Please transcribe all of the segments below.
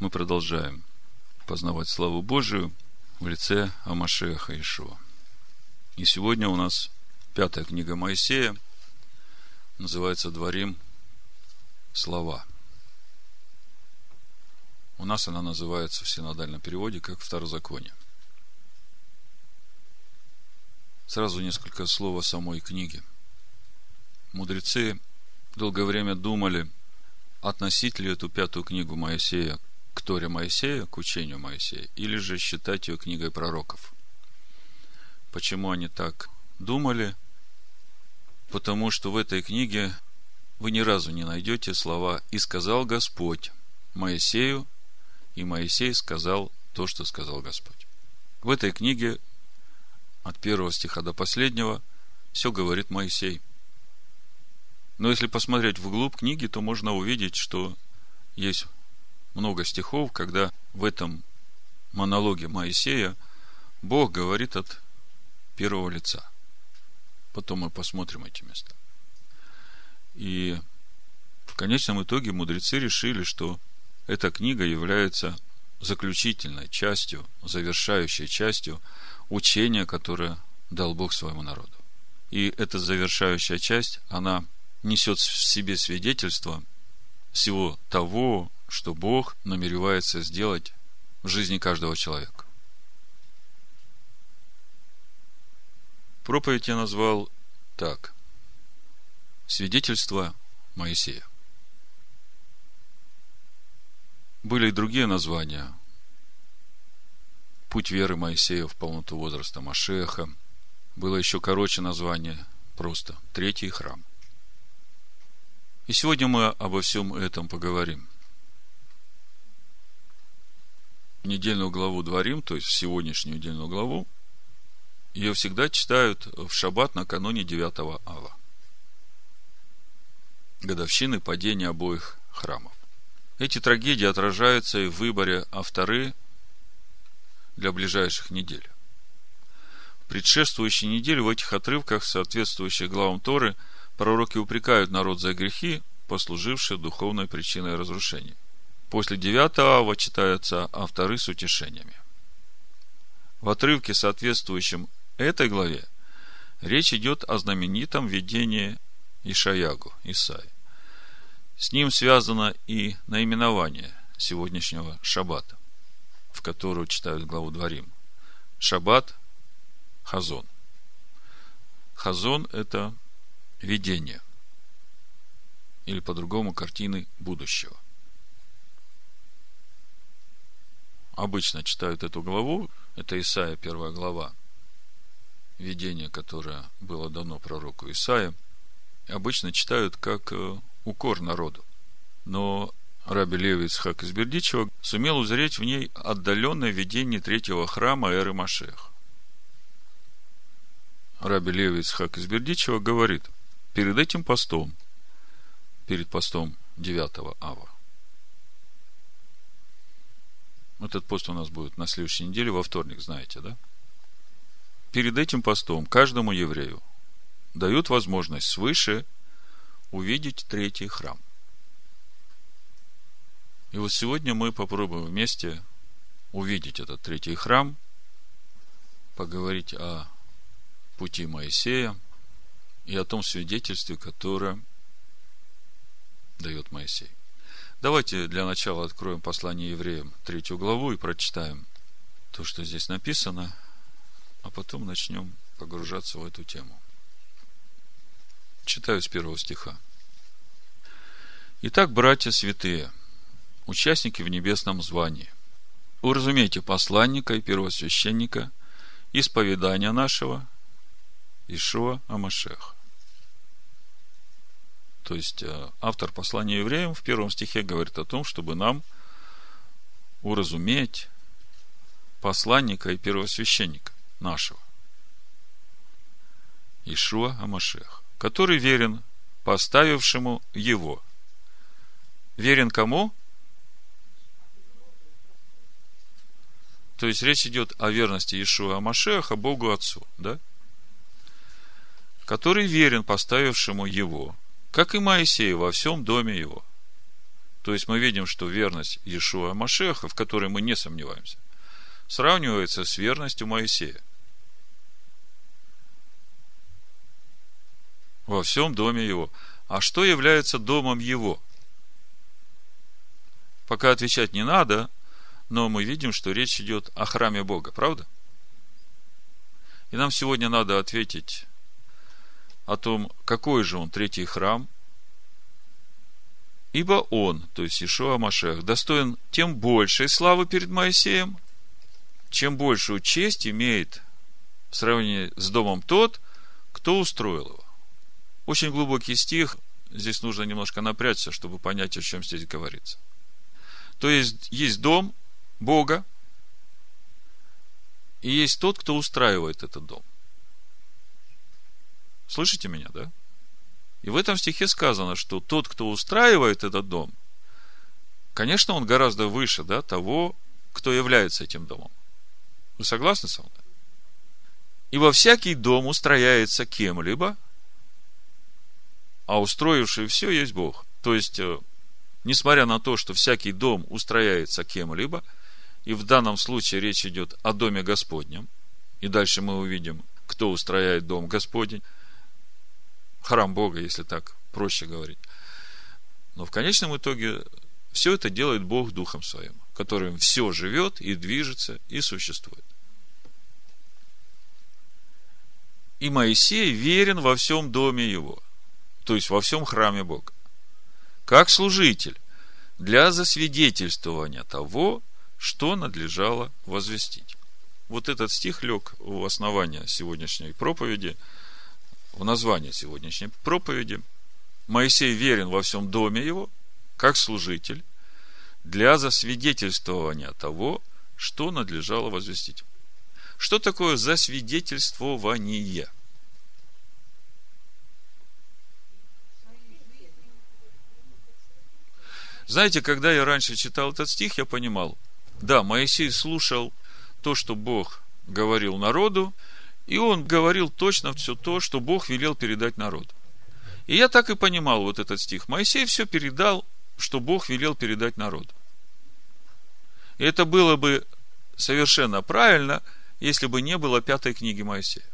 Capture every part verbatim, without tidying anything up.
Мы продолжаем познавать славу Божию в лице ха-Машиаха Иешуа. И сегодня у нас пятая книга Моисея, называется «Дворим слова». У нас она называется в синодальном переводе как Второзаконие. Сразу несколько слов о самой книге. Мудрецы долгое время думали, относить ли эту пятую книгу Моисея к Торе Моисея, к учению Моисея, или же считать ее книгой пророков. Почему они так думали? Потому что в этой книге вы ни разу не найдете слова «И сказал Господь Моисею», и Моисей сказал то, что сказал Господь. В этой книге от первого стиха до последнего все говорит Моисей. Но если посмотреть вглубь книги, то можно увидеть, что есть много стихов, когда в этом монологе Моисея Бог говорит от первого лица. Потом мы посмотрим эти места. И в конечном итоге мудрецы решили, что эта книга является заключительной частью, завершающей частью учения, которое дал Бог своему народу. И эта завершающая часть, она несет в себе свидетельство всего того, что Бог намеревается сделать в жизни каждого человека. Проповедь я назвал так: свидетельство Моисея. Были и другие названия: путь веры Моисея в полноту возраста Машиаха. Было еще короче название, просто третий храм. И сегодня мы обо всем этом поговорим. Недельную главу Дворим, то есть сегодняшнюю недельную главу, ее всегда читают в шаббат накануне девятого ава, годовщины падения обоих храмов. Эти трагедии отражаются и в выборе авторы для ближайших недель. В предшествующей неделе в этих отрывках, соответствующих главам Торы, пророки упрекают народ за грехи, послужившие духовной причиной разрушения. После девятого ава читаются авторы с утешениями. В отрывке, соответствующем этой главе, речь идет о знаменитом видении Ишаягу, Исаии. С ним связано и наименование сегодняшнего шаббата, в которую читают главу Дворим. Шаббат Хазон. Хазон – это видение, или по-другому картины будущего. Обычно читают эту главу, это Исаия, первая глава, видение, которое было дано пророку Исаии, обычно читают как укор народу. Но Раби Леви Ицхак из Бердичева сумел узреть в ней отдаленное видение третьего храма эры Машиаха. Раби Леви Ицхак из Бердичева говорит: перед этим постом, перед постом девятого ава, этот пост у нас будет на следующей неделе, во вторник, знаете, да? Перед этим постом каждому еврею дают возможность свыше увидеть третий храм. И вот сегодня мы попробуем вместе увидеть этот третий храм, поговорить о пути Моисея и о том свидетельстве, которое дает Моисей. Давайте для начала откроем послание евреям, третью главу, и прочитаем то, что здесь написано, а потом начнем погружаться в эту тему. Читаю с первого стиха. Итак, братья святые, участники в небесном звании, уразумейте посланника и первосвященника, исповедания нашего, Иешуа ха-Машиаха. То есть, автор послания евреям в первом стихе говорит о том, чтобы нам уразуметь посланника и первосвященника нашего, Иешуа ха-Машиаха, который верен поставившему его. Верен кому? То есть, речь идет о верности Иешуа ха-Машиаха Богу Отцу, да? Который верен поставившему его, как и Моисею во всем доме его. То есть мы видим, что верность Иешуа Машеха, в которой мы не сомневаемся, сравнивается с верностью Моисея во всем доме его. А что является домом его? Пока отвечать не надо, но мы видим, что речь идет о храме Бога, правда? И нам сегодня надо ответить о том, какой же он третий храм. Ибо он, то есть Иешуа Машех, достоин тем большей славы перед Моисеем, чем большую честь имеет в сравнении с домом тот, кто устроил его. Очень глубокий стих, здесь нужно немножко напрячься, чтобы понять, о чем здесь говорится. То есть, есть дом Бога, и есть тот, кто устраивает этот дом. Слышите меня, да? И в этом стихе сказано, что тот, кто устраивает этот дом, конечно, он гораздо выше, да, того, кто является этим домом. Вы согласны со мной? Ибо всякий дом устрояется кем-либо, а устроивший все есть Бог. То есть, несмотря на то, что всякий дом устрояется кем-либо, и в данном случае речь идет о доме Господнем, и дальше мы увидим, кто устрояет дом Господень, храм Бога, если так проще говорить. Но в конечном итоге все это делает Бог Духом Своим, которым все живет и движется и существует. И Моисей верен во всем доме его, то есть во всем храме Бога, как служитель для засвидетельствования того, что надлежало возвестить. Вот этот стих лег в основание сегодняшней проповеди, в название сегодняшней проповеди. Моисей верен во всем доме его, как служитель, для засвидетельствования того, что надлежало возвестить. Что такое засвидетельствование? Знаете, когда я раньше читал этот стих, я понимал, да, Моисей слушал то, что Бог говорил народу, и он говорил точно все то, что Бог велел передать народу. И я так и понимал вот этот стих. Моисей все передал, что Бог велел передать народу. И это было бы совершенно правильно, если бы не было пятой книги Моисея.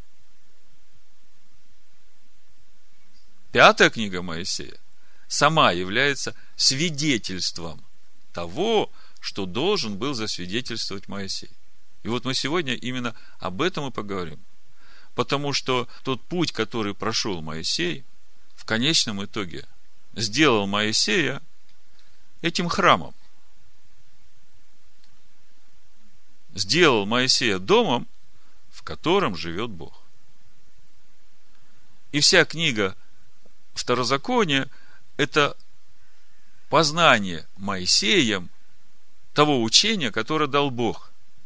Пятая книга Моисея сама является свидетельством того, что должен был засвидетельствовать Моисей. И вот мы сегодня именно об этом и поговорим. Потому что тот путь, который прошел Моисей, в конечном итоге сделал Моисея этим храмом. Сделал Моисея домом, в котором живет Бог. И вся книга Второзакония – это познание Моисеем того учения, которое дал Бог.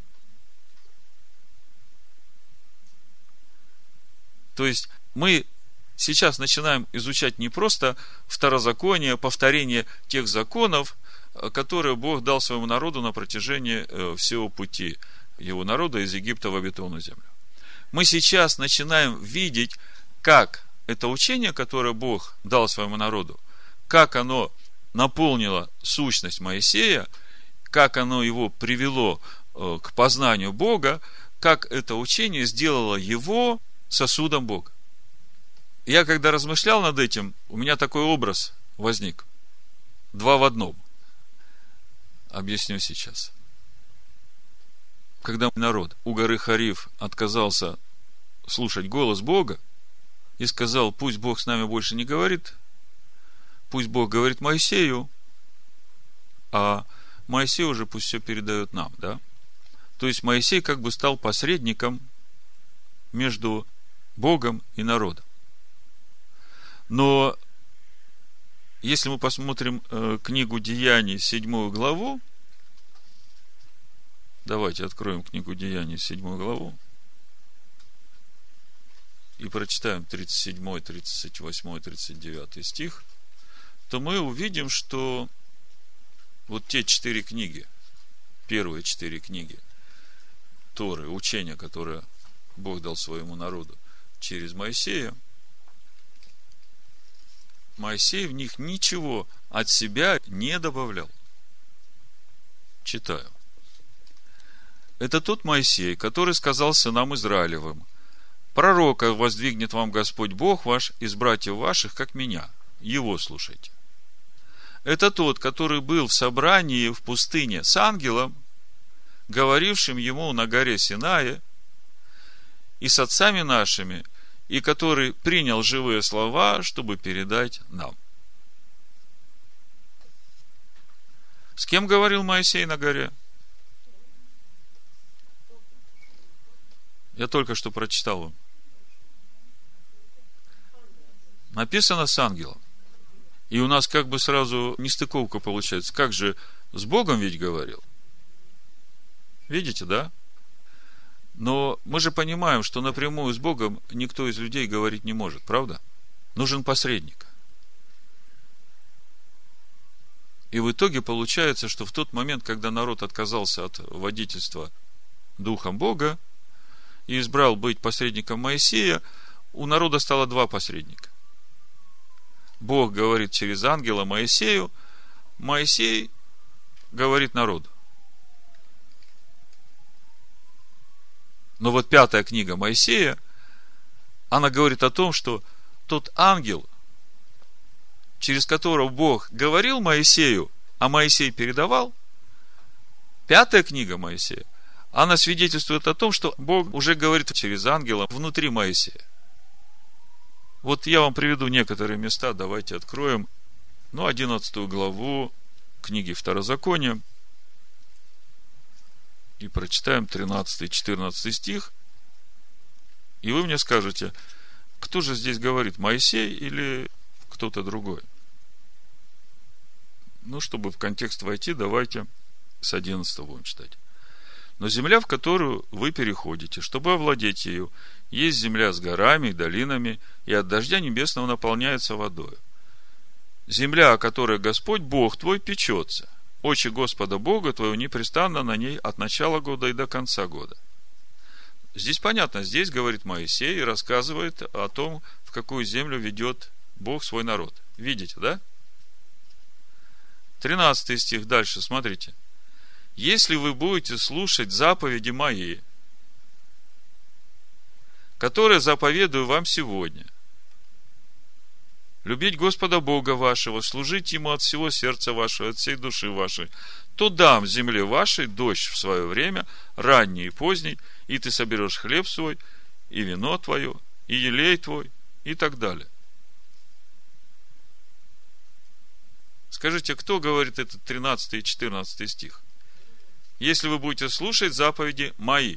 То есть мы сейчас начинаем изучать не просто второзаконие, повторение тех законов, которые Бог дал своему народу на протяжении всего пути его народа из Египта в обетованную землю. Мы сейчас начинаем видеть, как это учение, которое Бог дал своему народу, как оно наполнило сущность Моисея, как оно его привело к познанию Бога, как это учение сделало его сосудом Бога. Я когда размышлял над этим, у меня такой образ возник. Два в одном. Объясню сейчас. Когда народ у горы Харив отказался слушать голос Бога и сказал, пусть Бог с нами больше не говорит, пусть Бог говорит Моисею, а Моисей уже пусть все передает нам, да? То есть Моисей как бы стал посредником между Богом и народом. Но если мы посмотрим э, книгу Деяний, седьмую главу, давайте откроем книгу Деяний, седьмую главу, и прочитаем тридцать седьмой, тридцать восьмой, тридцать девятый стих, то мы увидим, что вот те четыре книги, первые четыре книги Торы, учения, которые Бог дал своему народу через Моисея, Моисей в них ничего от себя не добавлял. Читаю. Это тот Моисей, который сказал сынам Израилевым: пророка воздвигнет вам Господь Бог ваш из братьев ваших, как меня. Его слушайте. Это тот, который был в собрании в пустыне с ангелом, говорившим ему на горе Синае, и с отцами нашими, и который принял живые слова, чтобы передать нам. С кем говорил Моисей на горе? Я только что прочитал вам. Написано с ангелом. И у нас как бы сразу нестыковка получается. Как же с Богом ведь говорил? Видите, да? Но мы же понимаем, что напрямую с Богом никто из людей говорить не может, правда? Нужен посредник. И в итоге получается, что в тот момент, когда народ отказался от водительства Духом Бога и избрал быть посредником Моисея, у народа стало два посредника. Бог говорит через ангела Моисею, Моисей говорит народу. Но вот пятая книга Моисея, она говорит о том, что тот ангел, через которого Бог говорил Моисею, а Моисей передавал, пятая книга Моисея, она свидетельствует о том, что Бог уже говорит через ангела внутри Моисея. Вот я вам приведу некоторые места, давайте откроем. Ну, одиннадцатую главу книги Второзакония. И прочитаем тринадцатый и четырнадцатый стих. И вы мне скажете, кто же здесь говорит, Моисей или кто-то другой? Ну, чтобы в контекст войти, давайте с одиннадцатого будем читать. Но земля, в которую вы переходите, чтобы овладеть ею, есть земля с горами и долинами, и от дождя небесного наполняется водой. Земля, о которой Господь Бог твой печется. Очи Господа Бога твоего непрестанно на ней от начала года и до конца года. Здесь понятно, здесь говорит Моисей и рассказывает о том, в какую землю ведет Бог свой народ. Видите, да? тринадцатый стих дальше, смотрите. Если вы будете слушать заповеди мои, которые заповедую вам сегодня, любить Господа Бога вашего, служить Ему от всего сердца вашего, от всей души вашей, то дам земле вашей дождь в свое время, ранний и поздний, и ты соберешь хлеб свой, и вино твое, и елей твой, и так далее. Скажите, кто говорит этот тринадцатый и четырнадцатый стих? Если вы будете слушать заповеди мои.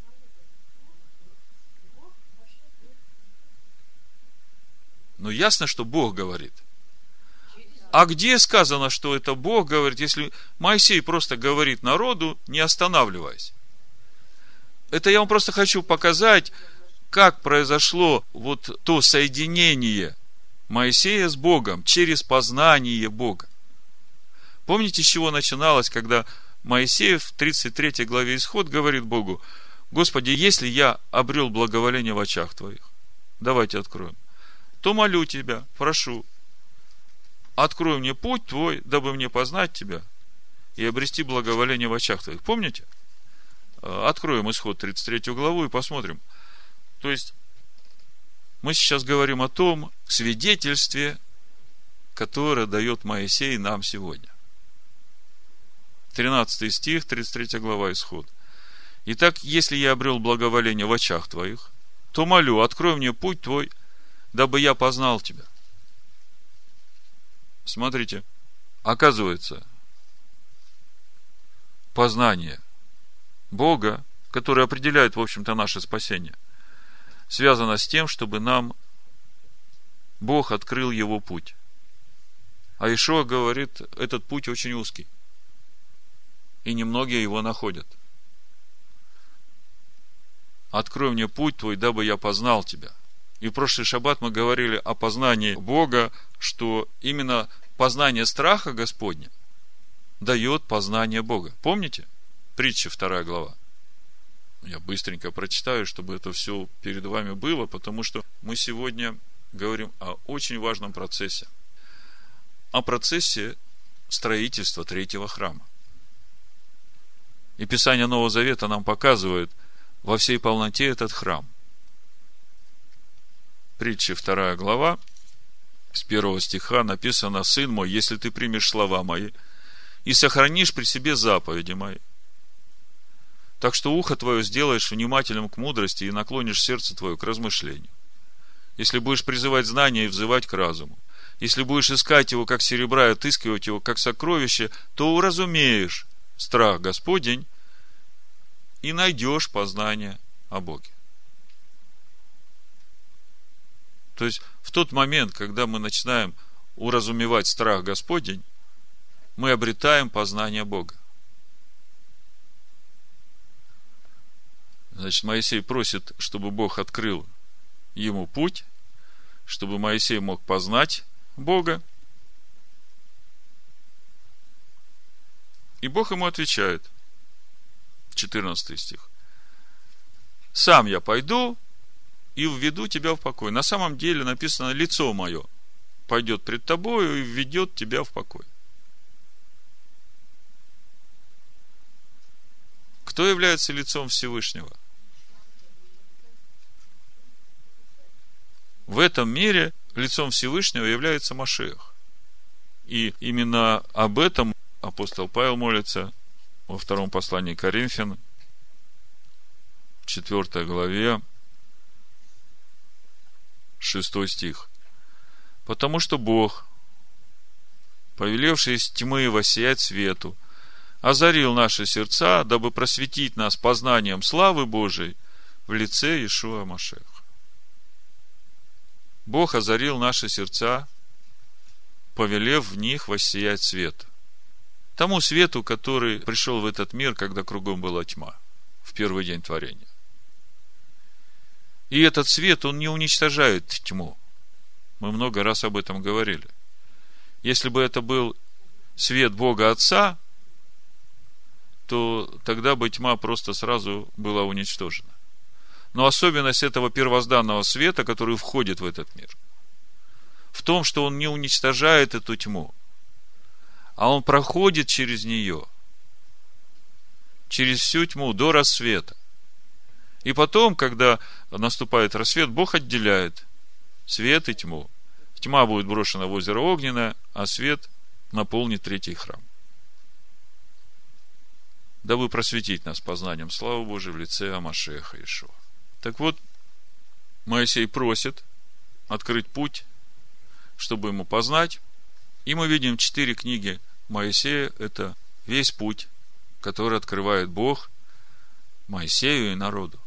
Ну, ясно, что Бог говорит. А где сказано, что это Бог говорит, если Моисей просто говорит народу, не останавливаясь? Это я вам просто хочу показать, как произошло вот то соединение Моисея с Богом через познание Бога. Помните, с чего начиналось, когда Моисей в тридцать третьей главе Исход говорит Богу: Господи, если я обрел благоволение в очах Твоих, давайте откроем, то молю Тебя, прошу, открой мне путь Твой, дабы мне познать Тебя и обрести благоволение в очах Твоих. Помните? Откроем Исход тридцать третью главу и посмотрим. То есть, мы сейчас говорим о том свидетельстве, которое дает Моисей нам сегодня. тринадцатый стих, тридцать третья глава Исход. Итак, если я обрел благоволение в очах Твоих, то молю, открой мне путь Твой, дабы я познал Тебя. Смотрите, оказывается, познание Бога, которое определяет, в общем-то, наше спасение, связано с тем, чтобы нам Бог открыл его путь. А Иешуа говорит, этот путь очень узкий, и немногие его находят. Открой мне путь Твой, дабы я познал Тебя. И в прошлый шаббат мы говорили о познании Бога, что именно познание страха Господня дает познание Бога. Помните? Притча, вторая глава. Я быстренько прочитаю, чтобы это все перед вами было, потому что мы сегодня говорим о очень важном процессе. о процессе строительства третьего храма. И Писание Нового Завета нам показывает во всей полноте этот храм. Притча вторая глава, с первого стиха написано: «Сын мой, если ты примешь слова мои и сохранишь при себе заповеди мои, так что ухо твое сделаешь внимательным к мудрости и наклонишь сердце твое к размышлению. Если будешь призывать знания и взывать к разуму, если будешь искать его, как серебра, и отыскивать его, как сокровище, то уразумеешь страх Господень и найдешь познание о Боге». То есть, в тот момент, когда мы начинаем уразумевать страх Господень, мы обретаем познание Бога. Значит, Моисей просит, чтобы Бог открыл ему путь, чтобы Моисей мог познать Бога. И Бог ему отвечает, четырнадцатый стих: «Сам я пойду и введу тебя в покой». На самом деле написано: «Лицо мое пойдет пред тобою и введет тебя в покой». Кто является лицом Всевышнего? В этом мире лицом Всевышнего является Машиах. И именно об этом апостол Павел молится во втором послании к Коринфянам, четвёртой главе, шестой стих. «Потому что Бог, повелевший из тьмы воссиять свету, озарил наши сердца, дабы просветить нас познанием славы Божией в лице Иешуа Машиаха». Бог озарил наши сердца, повелев в них воссиять свет. Тому свету, который пришел в этот мир, когда кругом была тьма, в первый день творения. И этот свет, он не уничтожает тьму. Мы много раз об этом говорили. Если бы это был свет Бога Отца, то тогда бы тьма просто сразу была уничтожена. Но особенность этого первозданного света, который входит в этот мир, в том, что он не уничтожает эту тьму, а он проходит через нее, через всю тьму до рассвета. И потом, когда наступает рассвет, Бог отделяет свет и тьму. Тьма будет брошена в озеро Огненное, а свет наполнит третий храм. Дабы просветить нас познанием славы Божией в лице Машиаха Иешуа. Так вот, Моисей просит открыть путь, чтобы ему познать. И мы видим четыре книги Моисея. Это весь путь, который открывает Бог Моисею и народу.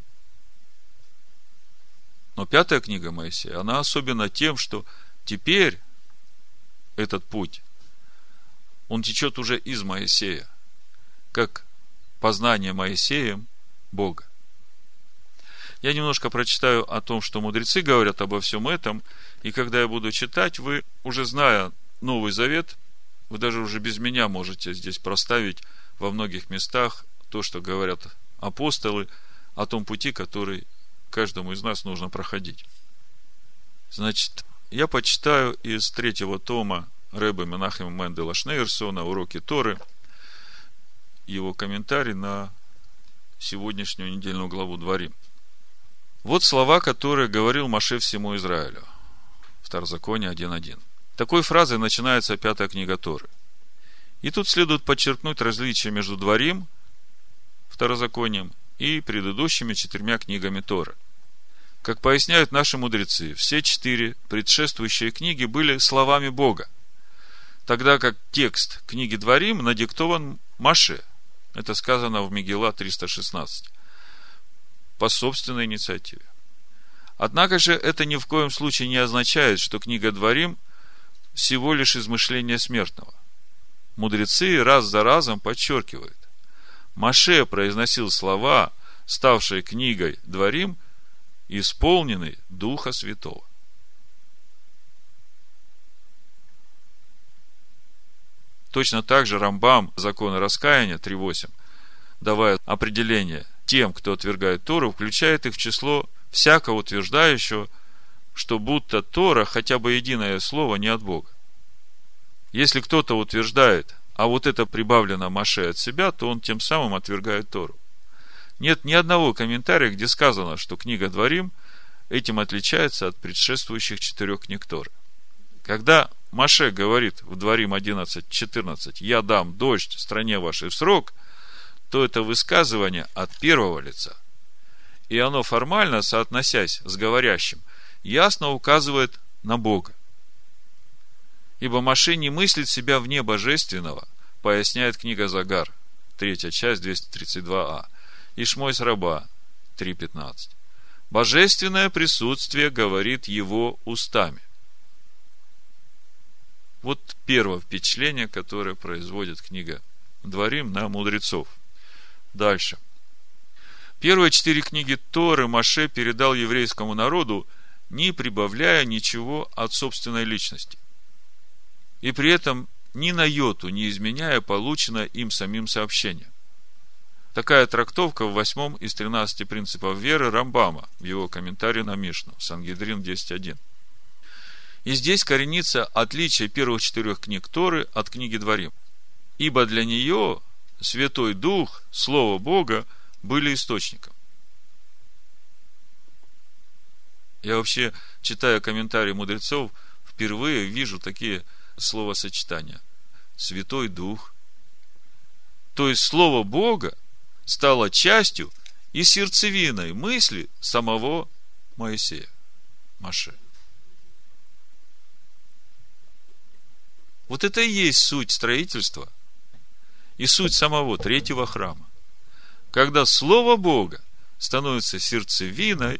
Но пятая книга Моисея, она особенна тем, что теперь этот путь, он течет уже из Моисея, как познание Моисеем Бога. Я немножко прочитаю о том, что мудрецы говорят обо всем этом, и когда я буду читать, вы, уже зная Новый Завет, вы даже уже без меня можете здесь проставить во многих местах то, что говорят апостолы о том пути, который каждому из нас нужно проходить. Значит, я почитаю из третьего тома Ребе Менахема Мендела Шнейерсона «Уроки Торы», его комментарий на сегодняшнюю недельную главу Дворим. Вот слова, которые говорил Моше всему Израилю. Второзаконие один один. Такой фразой начинается пятая книга Торы. И тут следует подчеркнуть различие между Дворим, Второзаконием, и предыдущими четырьмя книгами Торы. Как поясняют наши мудрецы, все четыре предшествующие книги были словами Бога, тогда как текст книги Дворим надиктован Моше. Это сказано в Мегилла триста шестнадцать. По собственной инициативе. Однако же это ни в коем случае не означает, что книга Дворим всего лишь измышление смертного. Мудрецы раз за разом подчеркивают: Моше произносил слова, ставшие книгой Дворим, исполненной Духа Святого. Точно так же Рамбам, Законы раскаяния три восемь, давая определение тем, кто отвергает Тору, включает их в число всякого утверждающего, что будто Тора хотя бы единое слово не от Бога. Если кто-то утверждает, а вот это прибавлено Моше от себя, то он тем самым отвергает Тору. Нет ни одного комментария, где сказано, что книга Дворим этим отличается от предшествующих четырех книг Торы. Когда Моше говорит в Дворим одиннадцать четырнадцать: «Я дам дождь стране вашей в срок», то это высказывание от первого лица. И оно формально, соотносясь с говорящим, ясно указывает на Бога. Ибо Моше не мыслит себя вне божественного, поясняет книга Загар, третья часть, двести тридцать два а, и Шмой с раба, три пятнадцать. Божественное присутствие говорит его устами. Вот первое впечатление, которое производит книга Дворим на мудрецов. Дальше. Первые четыре книги Торы Моше передал еврейскому народу, не прибавляя ничего от собственной личности. И при этом ни на йоту не изменяя полученное им самим сообщение. Такая трактовка в восьмом из тринадцати принципов веры Рамбама в его комментарии на Мишну, Сангедрин десять один. И здесь коренится отличие первых четырех книг Торы от книги Дворим. Ибо для нее Святой Дух, Слово Бога, были источником. Я вообще, читая комментарии мудрецов, впервые вижу такие словосочетания. Святой Дух. То есть Слово Бога стало частью и сердцевиной мысли самого Моисея, Моше. Вот это и есть суть строительства и суть самого третьего храма. Когда Слово Бога становится сердцевиной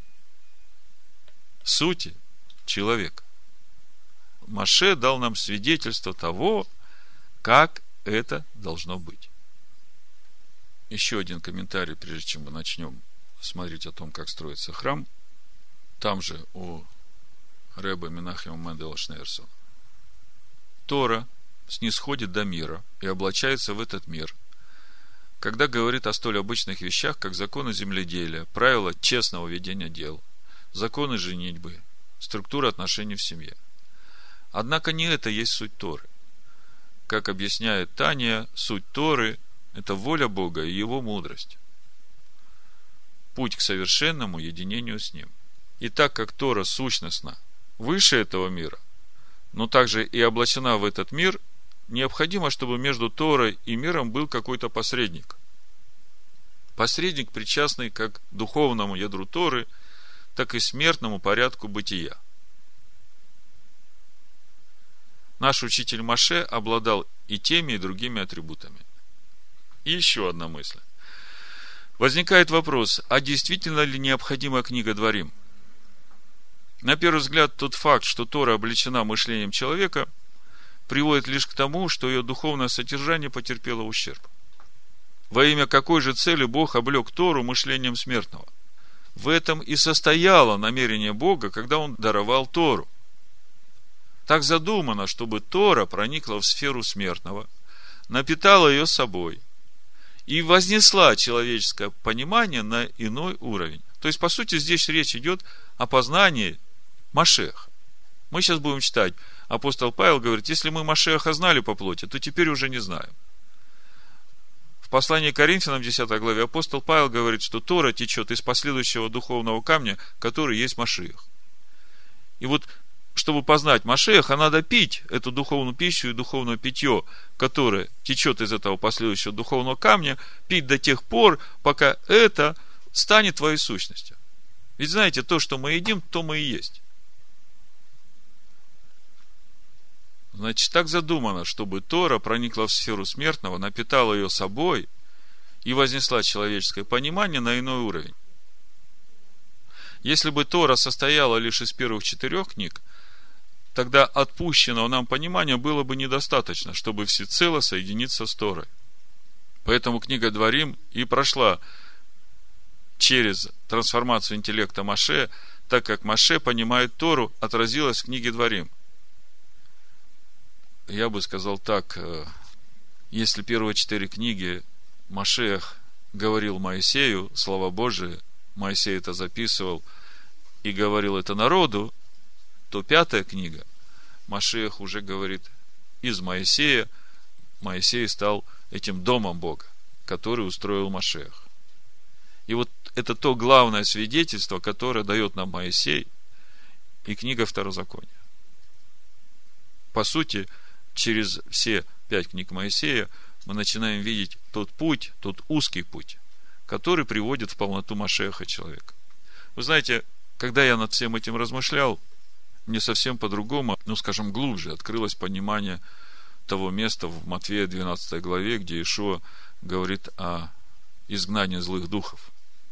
сути человека. Моше дал нам свидетельство того, как это должно быть. Еще один комментарий, прежде чем мы начнем смотреть о том, как строится храм. Там же у Ребе Менахема Мендела Шнейерсона. Тора снисходит до мира и облачается в этот мир, когда говорит о столь обычных вещах, как законы земледелия, правила честного ведения дел, законы женитьбы, структура отношений в семье. Однако не это есть суть Торы. Как объясняет Тания, суть Торы – это воля Бога и Его мудрость. Путь к совершенному единению с Ним. И так как Тора сущностна выше этого мира, но также и облачена в этот мир, необходимо, чтобы между Торой и миром был какой-то посредник. Посредник, причастный как духовному ядру Торы, так и смертному порядку бытия. Наш учитель Моше обладал и теми, и другими атрибутами. И еще одна мысль. Возникает вопрос, а действительно ли необходима книга Дворим? На первый взгляд, тот факт, что Тора облечена мышлением человека, приводит лишь к тому, что ее духовное содержание потерпело ущерб. Во имя какой же цели Бог облек Тору мышлением смертного? В этом и состояло намерение Бога, когда Он даровал Тору. Так задумано, чтобы Тора проникла в сферу смертного, напитала ее собой и вознесла человеческое понимание на иной уровень. То есть, по сути, здесь речь идет о познании Машеха. Мы сейчас будем читать. Апостол Павел говорит, если мы Машеха знали по плоти, то теперь уже не знаем. В послании к Коринфянам, десятой главе, апостол Павел говорит, что Тора течет из последующего духовного камня, который есть Машиах. И вот, чтобы познать Машеха, надо пить эту духовную пищу и духовное питье, которое течет из этого последующего духовного камня, пить до тех пор, пока это станет твоей сущностью. Ведь знаете, то, что мы едим, то мы и есть. Значит, так задумано, чтобы Тора проникла в сферу смертного, напитала ее собой и вознесла человеческое понимание на иной уровень. Если бы Тора состояла лишь из первых четырех книг, тогда отпущенного нам понимания было бы недостаточно, чтобы всецело соединиться с Торой. Поэтому книга Дворим и прошла через трансформацию интеллекта Моше, так как Моше понимает Тору, отразилась в книге Дворим. Я бы сказал так, если первые четыре книги Машиах говорил Моисею слова Божии, Моисей это записывал и говорил это народу, то пятая книга Машиах уже говорит из Моисея Моисей стал этим домом Бога, который устроил Машиах. И вот это то главное свидетельство, которое дает нам Моисей и книга Второзакония. По сути, через все пять книг Моисея мы начинаем видеть тот путь, тот узкий путь, который приводит в полноту Машиаха человека. Вы знаете, когда я над всем этим размышлял, мне совсем по-другому, ну, скажем, глубже открылось понимание того места в Матфея двенадцатой главе, где Иешуа говорит о изгнании злых духов.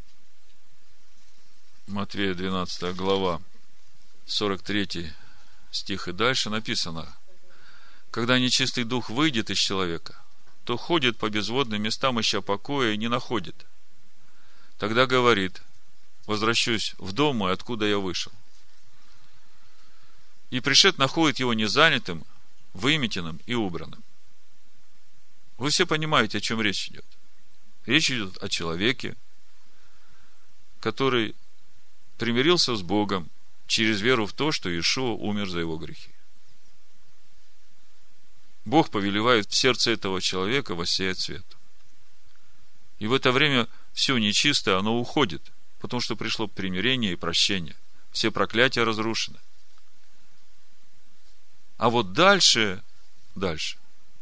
Матфея двенадцатая глава, сорок третий стих и дальше написано: когда нечистый дух выйдет из человека, то ходит по безводным местам, ища покоя, и не находит. Тогда говорит: возвращусь в дом мой, откуда я вышел. И пришед находит его незанятым, выметенным и убранным. Вы все понимаете, о чем речь идет. Речь идет о человеке, который примирился с Богом через веру в то, что Иешуа умер за его грехи. Бог повелевает в сердце этого человека воссеять свет. И в это время все нечистое, оно уходит, потому что пришло примирение и прощение. Все проклятия разрушены. А вот дальше, дальше,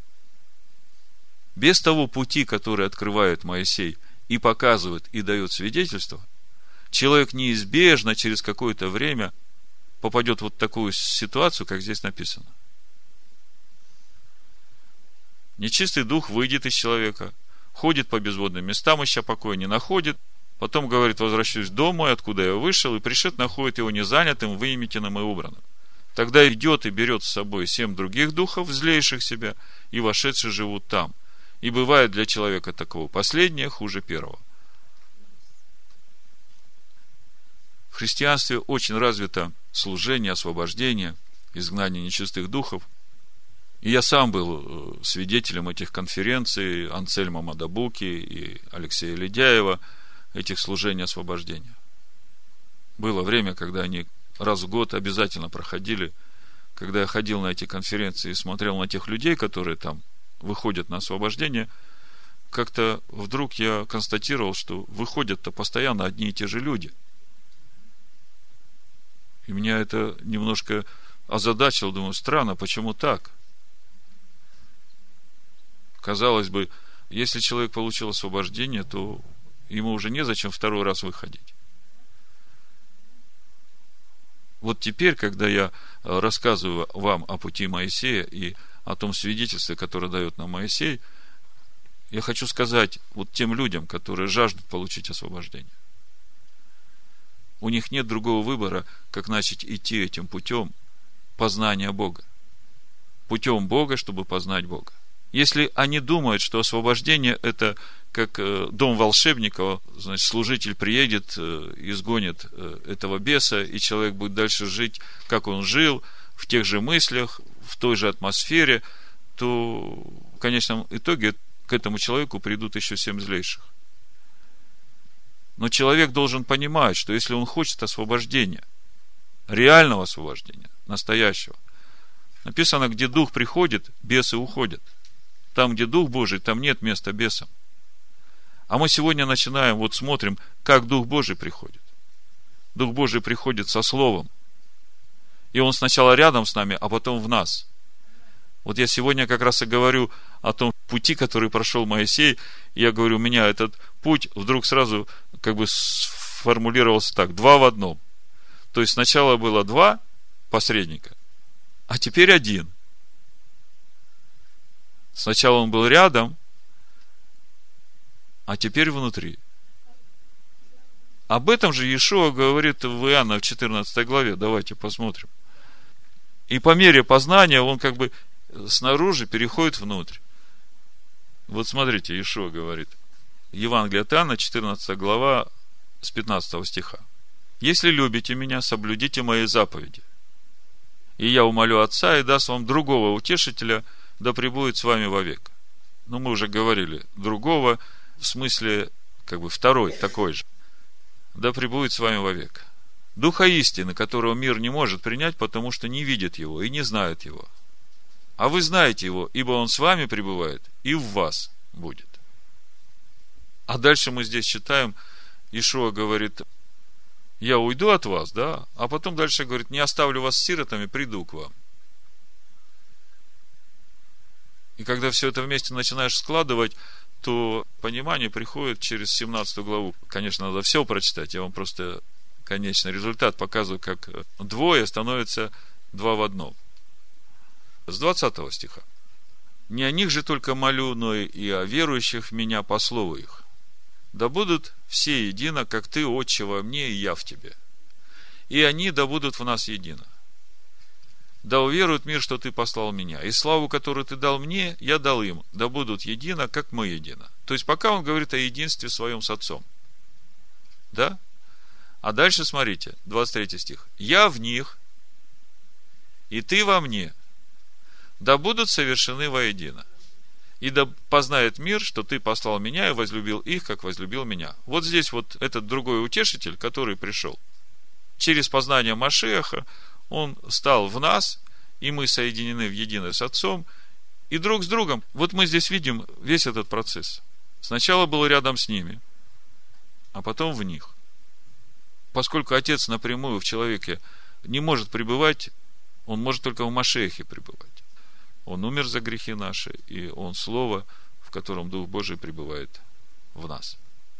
без того пути, который открывает Моисей и показывает, и дает свидетельство, человек неизбежно через какое-то время попадет в вот такую ситуацию, как здесь написано. Нечистый дух выйдет из человека, ходит по безводным местам, ища покоя, не находит, потом говорит: возвращусь домой, откуда я вышел, и пришед находит его незанятым, выметенным и убранным. Тогда идет и берет с собой семь других духов, злейших себя, и вошедшие живут там. И бывает для человека такого последнее хуже первого. В христианстве очень развито служение, освобождение, изгнание нечистых духов. И я сам был свидетелем этих конференций Ансельма Мадабуки и Алексея Ледяева, этих служений освобождения. Было время, когда они раз в год обязательно проходили. Когда я ходил на эти конференции и смотрел на тех людей, которые там выходят на освобождение, как-то вдруг я констатировал, что выходят-то постоянно одни и те же люди. И меня это немножко озадачило. Думаю, странно, почему так? Казалось бы, если человек получил освобождение, то ему уже незачем второй раз выходить. Вот теперь, когда я рассказываю вам о пути Моисея и о том свидетельстве, которое дает нам Моисей, я хочу сказать вот тем людям, которые жаждут получить освобождение. У них нет другого выбора, как начать идти этим путем познания Бога. Путем Бога, чтобы познать Бога. Если они думают, что освобождение – это как дом волшебника, значит, служитель приедет, изгонит этого беса, и человек будет дальше жить, как он жил, в тех же мыслях, в той же атмосфере, то в конечном итоге к этому человеку придут еще семь злейших. Но человек должен понимать, что если он хочет освобождения, реального освобождения, настоящего, написано, где дух приходит, бесы уходят. Там, где Дух Божий, там нет места бесам. А мы сегодня начинаем, вот смотрим, как Дух Божий приходит. Дух Божий приходит со Словом. И Он сначала рядом с нами, а потом в нас. Вот я сегодня как раз и говорю о том пути, который прошел Моисей. И я говорю, у меня этот путь вдруг сразу как бы сформулировался так: два в одном. То есть сначала было два посредника, а теперь один. Сначала он был рядом, а теперь внутри. Об этом же Иешуа говорит в Иоанна в четырнадцатой главе. Давайте посмотрим. И по мере познания он как бы снаружи переходит внутрь. Вот смотрите, Иешуа говорит. Евангелие от Иоанна, четырнадцатая глава, с пятнадцатого стиха. «Если любите меня, соблюдите мои заповеди. И я умолю Отца, и даст вам другого утешителя, да пребудет с вами вовек». Ну, мы уже говорили, другого, в смысле, как бы второй, такой же. Да пребудет с вами вовек. Духа истины, которого мир не может принять, потому что не видит его и не знает его. А вы знаете его, ибо он с вами пребывает и в вас будет. А дальше мы здесь читаем, Иешуа говорит: я уйду от вас, да, а потом дальше говорит: не оставлю вас сиротами, приду к вам. И когда все это вместе начинаешь складывать, то понимание приходит через семнадцатую главу. Конечно, надо все прочитать, я вам просто конечный результат показываю, как двое становятся два в одном. С двадцатого стиха. Не о них же только молю, но и о верующих в меня по слову их. Да будут все едино, как ты, Отче, во мне, и я в тебе. И они да будут в нас едино. Да уверует мир, что ты послал меня. И славу, которую ты дал мне, я дал им. Да будут едино, как мы едино. То есть, пока он говорит о единстве своем с Отцом. Да? А дальше смотрите, двадцать третий стих. Я в них, и ты во мне. Да будут совершены воедино. И да познает мир, что ты послал меня и возлюбил их, как возлюбил меня. Вот здесь вот этот другой утешитель, который пришел. Через познание Машиаха он стал в нас, и мы соединены в единое с Отцом, и друг с другом. Вот мы здесь видим весь этот процесс. Сначала был рядом с ними, а потом в них. Поскольку Отец напрямую в человеке не может пребывать, он может только в Машиахе пребывать. Он умер за грехи наши, и он Слово, в котором Дух Божий пребывает в нас.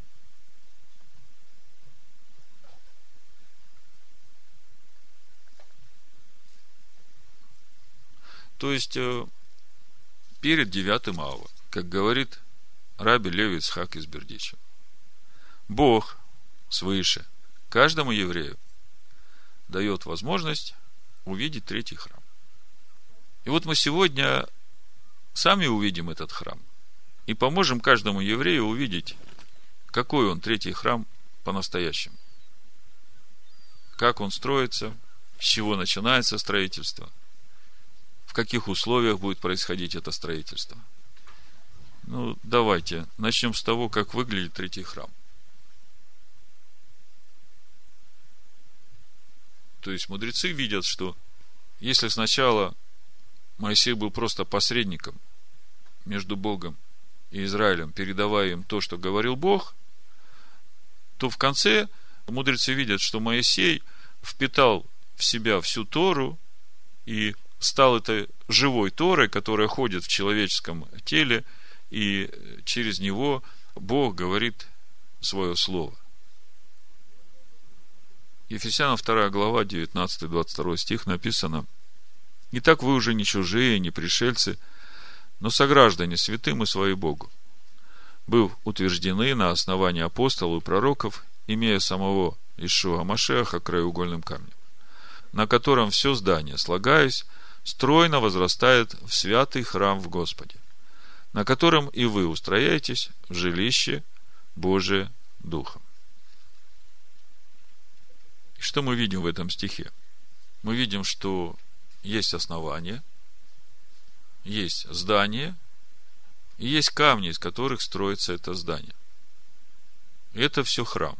То есть, перед девятым ава, как говорит Раби Леви Ицхак из Бердичева, Бог свыше каждому еврею дает возможность увидеть третий храм. И вот мы сегодня сами увидим этот храм и поможем каждому еврею увидеть, какой он третий храм по-настоящему. Как он строится, с чего начинается строительство, в каких условиях будет происходить это строительство. Ну, давайте начнем с того, как выглядит третий храм. То есть мудрецы видят, что если сначала Моисей был просто посредником между Богом и Израилем, передавая им то, что говорил Бог, то в конце мудрецы видят, что Моисей впитал в себя всю Тору и стал этой живой Торой, которая ходит в человеческом теле, и через него Бог говорит свое слово. Ефесянам вторая глава, девятнадцатый-двадцать второй стих написано: «Итак, вы уже не чужие, не пришельцы, но сограждане святым и свои Богу, быв утверждены на основании апостолов и пророков, имея самого Иешуа Машиаха краеугольным камнем, на котором все здание, слагаясь, стройно возрастает в святый храм в Господе, на котором и вы устрояетесь в жилище Божие Духом». И что мы видим в этом стихе? Мы видим, что есть основание, есть здание, и есть камни, из которых строится это здание. И это все храм.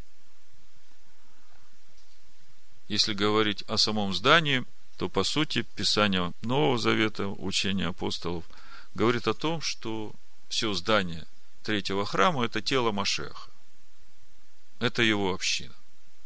Если говорить о самом здании, то, по сути, Писание Нового Завета, учение апостолов, говорит о том, что все здание третьего храма – это тело Машиаха. Это его община.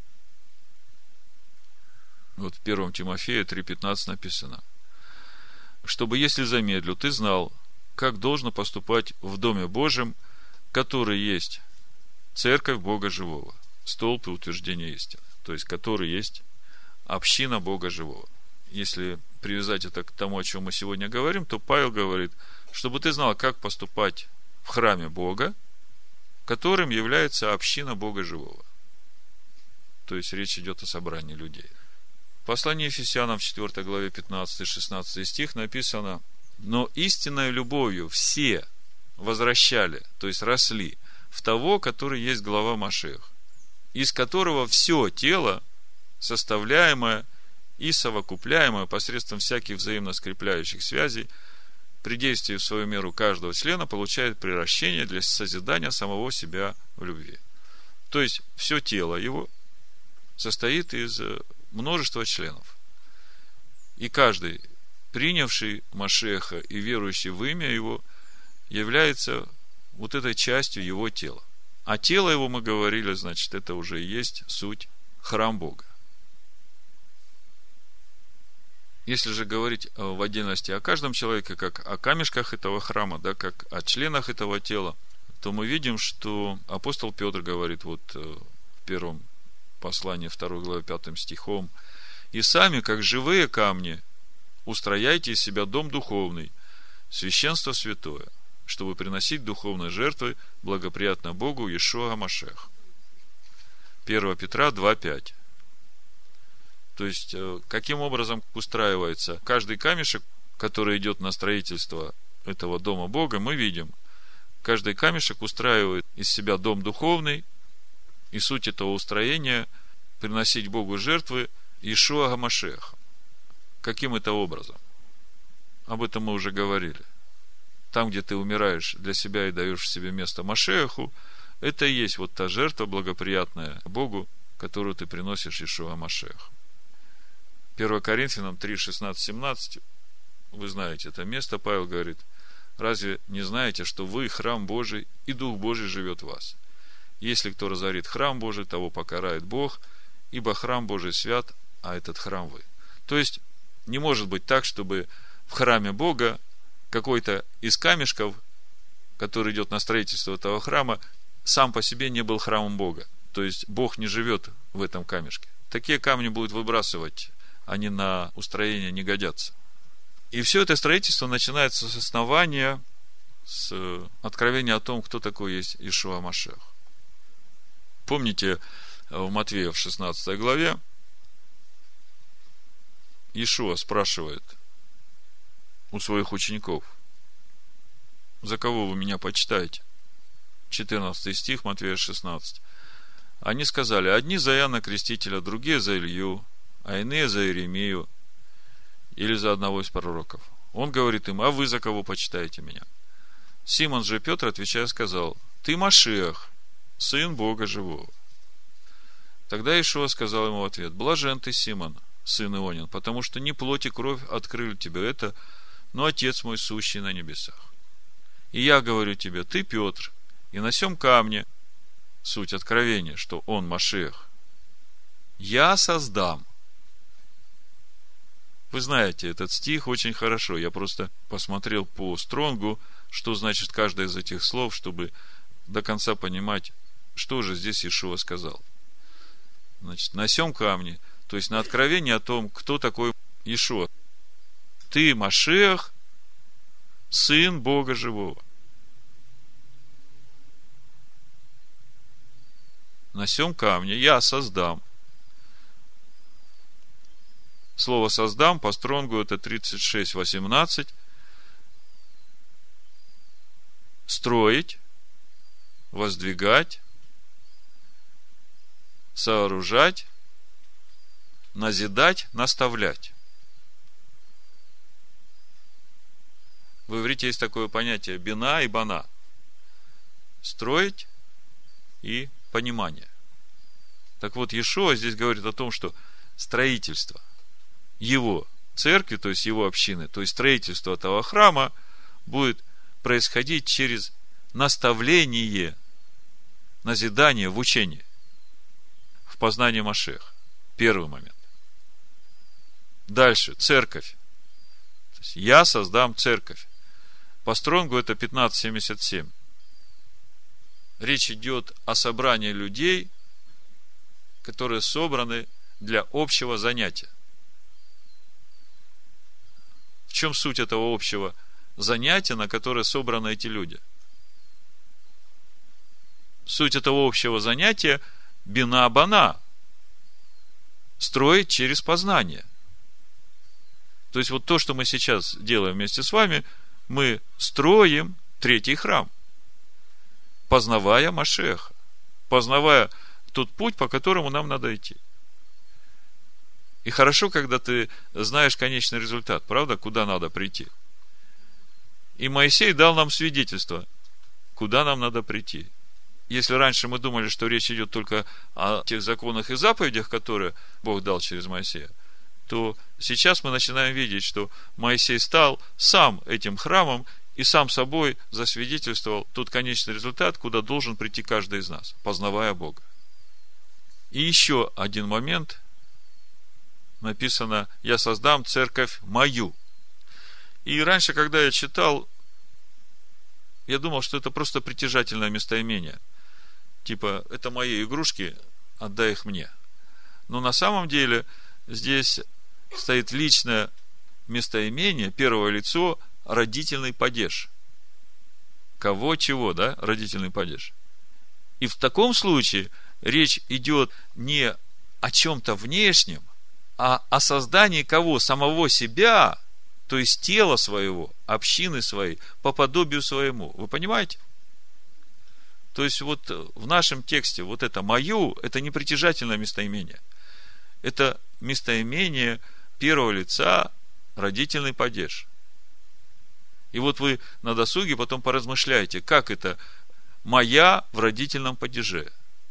Вот в первом Тимофея три пятнадцать написано: «Чтобы, если замедлю, ты знал, как должно поступать в Доме Божьем, который есть церковь Бога Живого, столб и утверждение истины». То есть, который есть община Бога Живого. Если привязать это к тому, о чем мы сегодня говорим, то Павел говорит, чтобы ты знал, как поступать в храме Бога, которым является община Бога Живого. То есть, речь идет о собрании людей. В послании Ефесянам в четвёртой главе пятнадцатый-шестнадцатый стих написано: «Но истинной любовью все возвращали, то есть росли, в того, который есть глава Машиах, из которого все тело, составляемое и совокупляемое посредством всяких взаимно скрепляющих связей, при действии в свою меру каждого члена получает приращение для созидания самого себя в любви». То есть, все тело его состоит из множества членов. И каждый принявший Машеха и верующий в имя его, является вот этой частью его тела. А тело его, мы говорили, значит, это уже и есть суть храм Бога. Если же говорить в отдельности о каждом человеке, как о камешках этого храма, да, как о членах этого тела, то мы видим, что апостол Петр говорит вот в первом послании второй главы пятым стихом: «И сами, как живые камни, устрояйте из себя дом духовный, священство святое, чтобы приносить духовные жертвы, благоприятно Богу Иешуа Машех». первое Петра два пять. То есть, каким образом устраивается каждый камешек, который идет на строительство этого дома Бога, мы видим. Каждый камешек устраивает из себя дом духовный, и суть этого устроения – приносить Богу жертвы Иешуа Машеха. Каким это образом? Об этом мы уже говорили. Там, где ты умираешь для себя и даешь себе место Машеху, это и есть вот та жертва благоприятная Богу, которую ты приносишь Иешуа Машеху. первое Коринфянам три шестнадцать семнадцать, вы знаете это место, Павел говорит: «Разве не знаете, что вы храм Божий, и Дух Божий живет в вас? Если кто разорит храм Божий, того покарает Бог, ибо храм Божий свят, а этот храм вы». То есть, не может быть так, чтобы в храме Бога какой-то из камешков, который идет на строительство этого храма, сам по себе не был храмом Бога. То есть, Бог не живет в этом камешке. Такие камни будут выбрасывать, они на устроение не годятся. И все это строительство начинается с основания, с откровения о том, кто такой есть Иешуа Машех. Помните, в Матвея в шестнадцатой главе Иешуа спрашивает у своих учеников: «За кого вы меня почитаете?» четырнадцатый стих, Матвея шестнадцать. Они сказали: одни за Иоанна Крестителя, другие за Илью, а иные за Иеремию или за одного из пророков. Он говорит им: а вы за кого почитаете меня? Симон же Петр, отвечая, сказал: ты Машиах, сын Бога живого. Тогда Иешуа сказал ему в ответ: блажен ты, Симон, сын Ионин, потому что не плоть и кровь открыли тебе это, но Отец мой, сущий на небесах. И я говорю тебе: ты Петр, и на сем камне, суть откровения, что он Машиах, я создам. Вы знаете этот стих очень хорошо. Я просто посмотрел по Стронгу, что значит каждое из этих слов, чтобы до конца понимать, что же здесь Иешуа сказал. Значит, на сем камне, то есть на откровение о том, кто такой Иешуа. Ты Машиах, сын Бога живого. На сем камне я создам. Слово «создам» по Стронгу это тридцать шесть восемнадцать. Строить, воздвигать, сооружать, назидать, наставлять. В иврите есть такое понятие бина и бана. Строить и понимание. Так вот, Иешуа здесь говорит о том, что строительство его церкви, то есть его общины, то есть строительство этого храма будет происходить через наставление, назидание в учении, в познании Машеха. Первый момент. Дальше, церковь. То есть я создам церковь. По Стронгу это пятнадцать семьдесят семь. Речь идет о собрании людей, которые собраны для общего занятия. В чем суть этого общего занятия, на которое собраны эти люди? Суть этого общего занятия – бина-бана. Строить через познание. То есть, вот то, что мы сейчас делаем вместе с вами, мы строим третий храм, познавая Машеха, познавая тот путь, по которому нам надо идти. И хорошо, когда ты знаешь конечный результат, правда, куда надо прийти. И Моисей дал нам свидетельство, куда нам надо прийти. Если раньше мы думали, что речь идет только о тех законах и заповедях, которые Бог дал через Моисея, то сейчас мы начинаем видеть, что Моисей стал сам этим храмом и сам собой засвидетельствовал тот конечный результат, куда должен прийти каждый из нас, познавая Бога. И еще один момент. Написано: «Я создам церковь мою». И раньше, когда я читал, я думал, что это просто притяжательное местоимение. Типа, это мои игрушки, отдай их мне. Но на самом деле здесь стоит личное местоимение, первое лицо, родительный падеж. Кого, чего, да? Родительный падеж. И в таком случае речь идет не о чем-то внешнем, а о создании кого? Самого себя, то есть тела своего, общины своей, по подобию своему. Вы понимаете? То есть вот в нашем тексте вот это «мою» – это не притяжательное местоимение. Это местоимение первого лица, родительный падеж. И вот вы на досуге потом поразмышляете, как это «моя» в родительном падеже.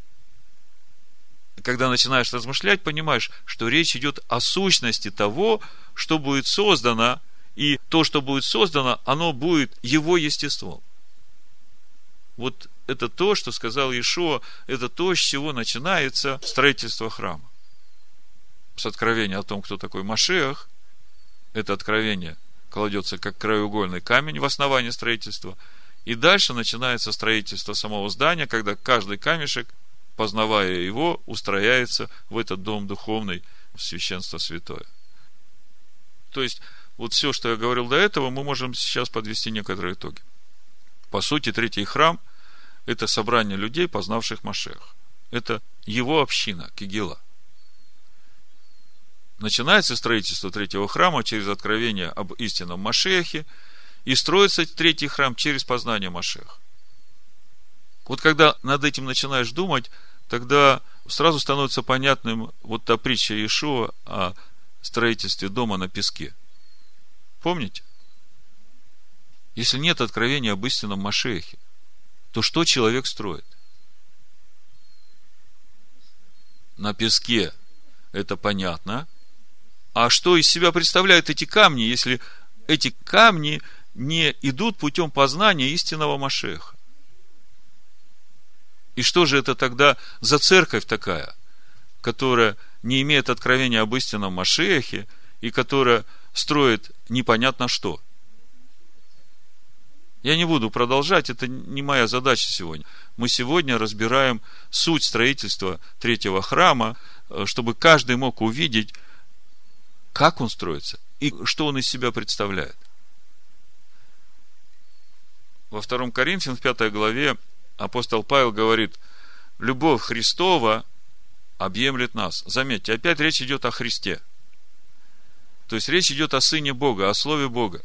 Когда начинаешь размышлять, понимаешь, что речь идет о сущности того, что будет создано, и то, что будет создано, оно будет его естеством. Вот это то, что сказал Иешуа, это то, с чего начинается строительство храма. С откровения о том, кто такой Машиах, это откровение кладется как краеугольный камень в основании строительства, и дальше начинается строительство самого здания, когда каждый камешек, познавая его, устрояется в этот дом духовный, в священство святое. То есть, вот все, что я говорил до этого, мы можем сейчас подвести некоторые итоги. По сути, третий храм – это собрание людей, познавших Машиаха. Это его община, Кегила. Начинается строительство третьего храма через откровение об истинном Машиахе, и строится третий храм через познание Машиаха. Вот когда над этим начинаешь думать, тогда сразу становится понятным вот та притча Иешуа о строительстве дома на песке. Помните? Если нет откровения об истинном Машиахе, то что человек строит? На песке. Это понятно. А что из себя представляют эти камни, если эти камни не идут путем познания истинного Машиаха? И что же это тогда за церковь такая, которая не имеет откровения об истинном Машиахе и которая строит непонятно что? Я не буду продолжать, это не моя задача сегодня. Мы сегодня разбираем суть строительства третьего храма, чтобы каждый мог увидеть, как он строится и что он из себя представляет. Во втором Коринфянам, в пятой главе, апостол Павел говорит: любовь Христова объемлет нас. Заметьте, опять речь идет о Христе. То есть речь идет о Сыне Бога, о Слове Бога.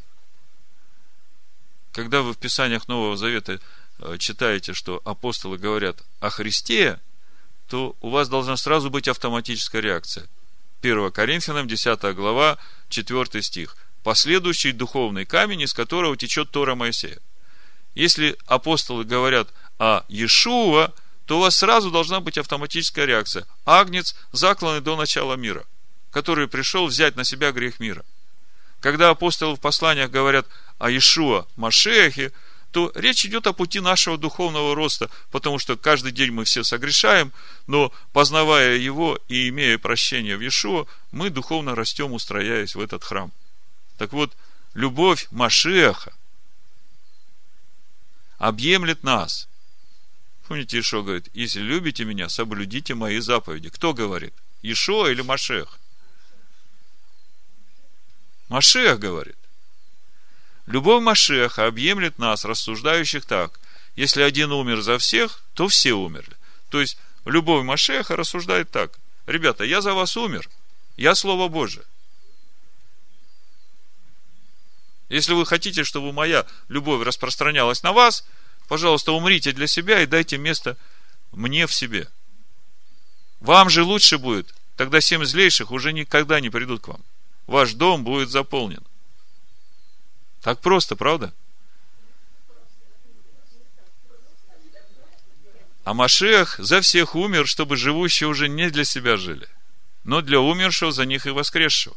Когда вы в Писаниях Нового Завета читаете, что апостолы говорят о Христе, то у вас должна сразу быть автоматическая реакция. первое Коринфянам, десятая глава, четвёртый стих. Последующий духовный камень, из которого течет Тора Моисея. Если апостолы говорят о Иешуа, то у вас сразу должна быть автоматическая реакция. Агнец, закланный до начала мира, который пришел взять на себя грех мира. Когда апостолы в посланиях говорят о Иешуа Машиахе, то речь идет о пути нашего духовного роста, потому что каждый день мы все согрешаем, но познавая его и имея прощение в Иешуа, мы духовно растем, устрояясь в этот храм. Так вот, любовь Машиаха объемлет нас. Помните, Иешуа говорит: если любите меня, соблюдите мои заповеди. Кто говорит? Иешуа или Машиах? Машиах говорит. Любовь Машиаха объемлет нас, рассуждающих так: если один умер за всех, то все умерли. То есть, любовь Машиаха рассуждает так: ребята, я за вас умер, я Слово Божие. Если вы хотите, чтобы моя любовь распространялась на вас, пожалуйста, умрите для себя и дайте место мне в себе. Вам же лучше будет, тогда семь злейших уже никогда не придут к вам. Ваш дом будет заполнен. Так просто, правда? А Машиах за всех умер, чтобы живущие уже не для себя жили. но для умершего за них и воскресшего.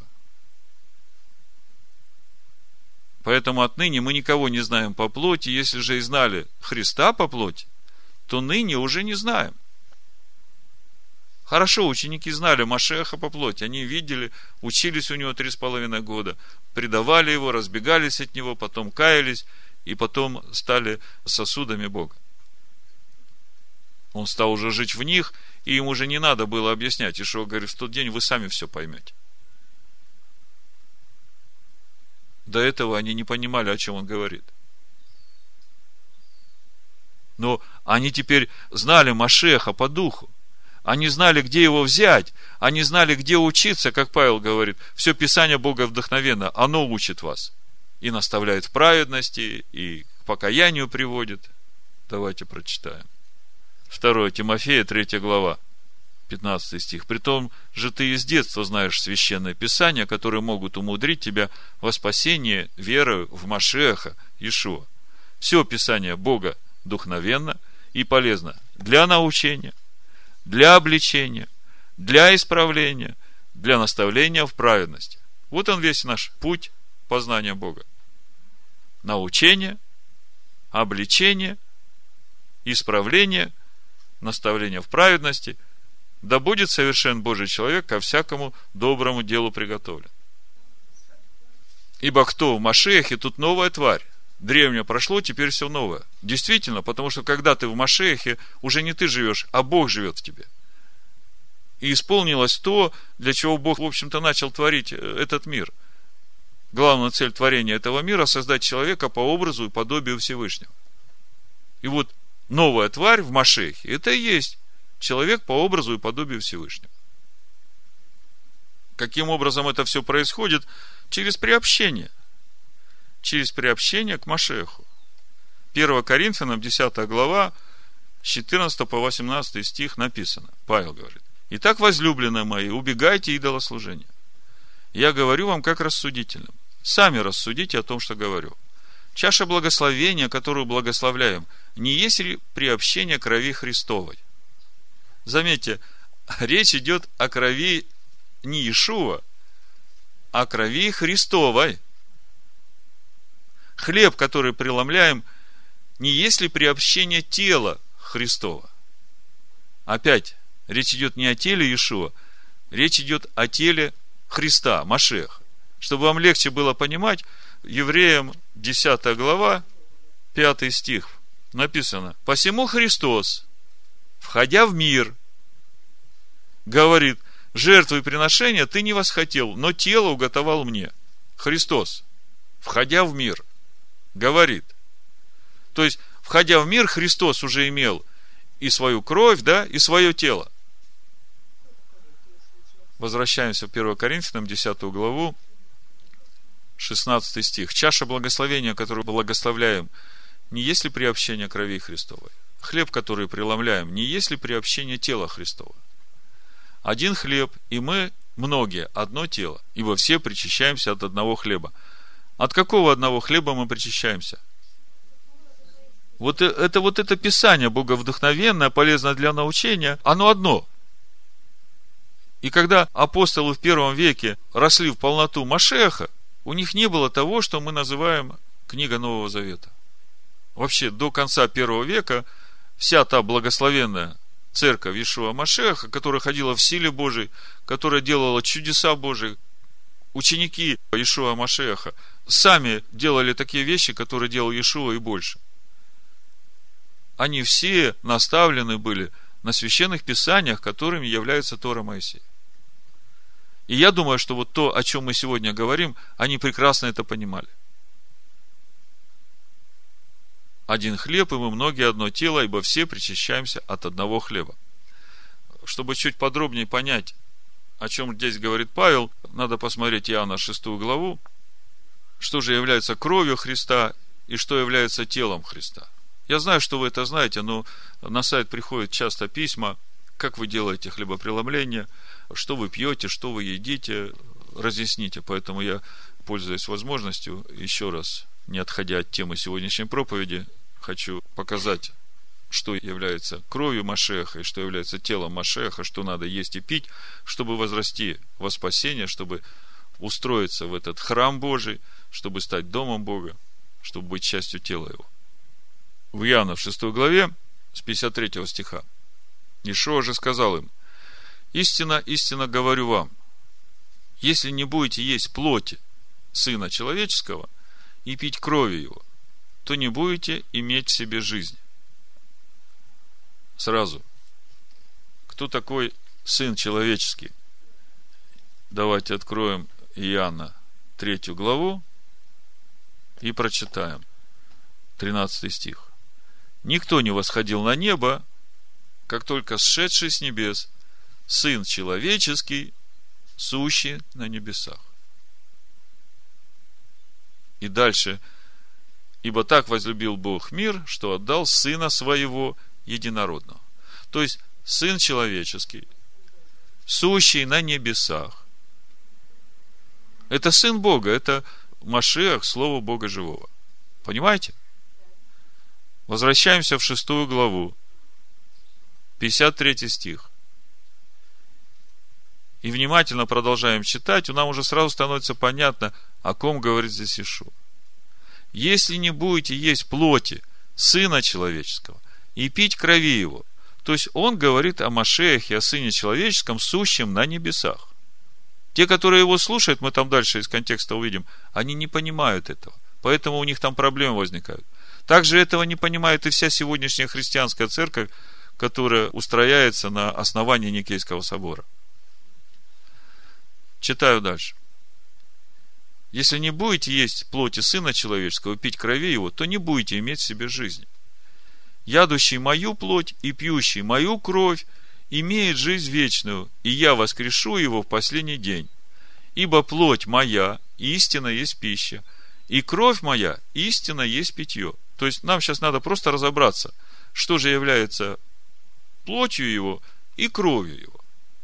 Поэтому отныне мы никого не знаем по плоти. Если же и знали Христа по плоти, то ныне уже не знаем. Хорошо, ученики знали Машеха по плоти. Они видели, учились у него три с половиной года, предавали его, разбегались от него, потом каялись, и потом стали сосудами Бога. Он стал уже жить в них, и им уже не надо было объяснять. Иешуа говорит, в тот день вы сами все поймете. До этого они не понимали, о чем он говорит. Но они теперь знали Машеха по духу. Они знали, где его взять. Они знали, где учиться, как Павел говорит. Все Писание Бога вдохновенно. Оно учит вас. И наставляет в праведности, и к покаянию приводит. Давайте прочитаем. второе Тимофея, третья глава, пятнадцатый стих. «Притом же ты из детства знаешь священное Писание, которые могут умудрить тебя во спасение верою в Машеха Иешуа. Все Писание Бога духновенно и полезно для научения, для обличения, для исправления, для наставления в праведности». Вот он весь наш путь познания Бога. Научение, обличение, исправление, наставление в праведности. Да будет совершен Божий человек ко всякому доброму делу приготовлен. Ибо кто в Машиахе, тут новая тварь. Древнее прошло, теперь все новое. Действительно, потому что когда ты в Машиахе, уже не ты живешь, а Бог живет в тебе. И исполнилось то, для чего Бог, в общем-то, начал творить этот мир. Главная цель творения этого мира – создать человека по образу и подобию Всевышнего. И вот новая тварь в Машиахе – это и есть человек по образу и подобию Всевышнего. Каким образом это все происходит? Через приобщение. Через приобщение к Машиаху. первое Коринфянам, десятая глава, с четырнадцатого по восемнадцатый стих написано. Павел говорит: «Итак, возлюбленные мои, убегайте идолослужения. Я говорю вам как рассудительным. Сами рассудите о том, что говорю. Чаша благословения, которую благословляем, не есть ли приобщение крови Христовой?» Заметьте, речь идет о крови не Иешуа, а о крови Христовой. Хлеб, который преломляем, не есть ли приобщение тела Христова? Опять, речь идет не о теле Иешуа, речь идет о теле Христа, Машеха. Чтобы вам легче было понимать, Евреям десятая глава, пятый стих написано: «Посему Христос, входя в мир, говорит: жертву и приношения ты не восхотел, но тело уготовал мне». Христос, входя в мир, говорит. То есть, входя в мир, Христос уже имел и свою кровь, да, и свое тело. Возвращаемся в первое Коринфянам, десятую главу, шестнадцатый стих. «Чаша благословения, которую благословляем, не есть ли приобщение крови Христовой? Хлеб, который преломляем, не есть ли приобщение тела Христова? Один хлеб, и мы, многие, одно тело, ибо все причащаемся от одного хлеба». От какого одного хлеба мы причащаемся? Вот это вот это Писание боговдохновенное, полезное для научения, оно одно. И когда апостолы в первом веке росли в полноту Машеха, у них не было того, что мы называем книга Нового Завета. Вообще, до конца первого века вся та благословенная церковь Иешуа Машеха, которая ходила в силе Божией, которая делала чудеса Божии, ученики Иешуа Машеха сами делали такие вещи, которые делал Иешуа, и больше. Они все наставлены были на священных писаниях, которыми является Тора Моисея. И я думаю, что вот то, о чем мы сегодня говорим, они прекрасно это понимали. Один хлеб, и мы многие одно тело, ибо все причащаемся от одного хлеба. Чтобы чуть подробнее понять, о чем здесь говорит Павел, надо посмотреть Иоанна шестую главу, что же является кровью Христа и что является телом Христа. Я знаю, что вы это знаете, но на сайт приходят часто письма: как вы делаете хлебопреломление, что вы пьете, что вы едите, разъясните. Поэтому я, пользуясь возможностью, еще раз, не отходя от темы сегодняшней проповеди, хочу показать что является кровью Машеха и что является телом Машеха, что надо есть и пить, чтобы возрасти во спасение, чтобы устроиться в этот храм Божий, чтобы стать домом Бога, чтобы быть частью тела Его. В Иоанна в шестой главе с пятьдесят третьего стиха Иешуа же сказал им: истинно, истинно говорю вам, если не будете есть плоти Сына Человеческого и пить крови Его, то не будете иметь в себе жизни. Сразу, кто такой Сын Человеческий? Давайте откроем Иоанна третью главу и прочитаем тринадцатый стих. Никто не восходил на небо, как только сшедший с небес Сын Человеческий, сущий на небесах. И дальше: ибо так возлюбил Бог мир, что отдал Сына Своего единородного. То есть Сын Человеческий, сущий на небесах. Это Сын Бога, это Машиах, Слово Бога Живого. Понимаете? Возвращаемся в шестую главу, пятьдесят третий стих. И внимательно продолжаем читать, и нам уже сразу становится понятно, о ком говорит здесь Иешуа. Если не будете есть плоти Сына Человеческого и пить крови Его, то есть он говорит о Машиахе, о Сыне Человеческом, сущем на небесах. Те, которые его слушают, мы там дальше из контекста увидим, они не понимают этого, поэтому у них там проблемы возникают. Также этого не понимает и вся сегодняшняя христианская церковь, которая устрояется на основании Никейского собора. Читаю дальше. Если не будете есть плоти Сына Человеческого и пить крови Его, то не будете иметь в себе жизни. Ядущий мою плоть и пьющий мою кровь имеет жизнь вечную, и я воскрешу его в последний день. Ибо плоть моя истинно есть пища, и кровь моя истинно есть питье. То есть нам сейчас надо просто разобраться, что же является плотью его и кровью его.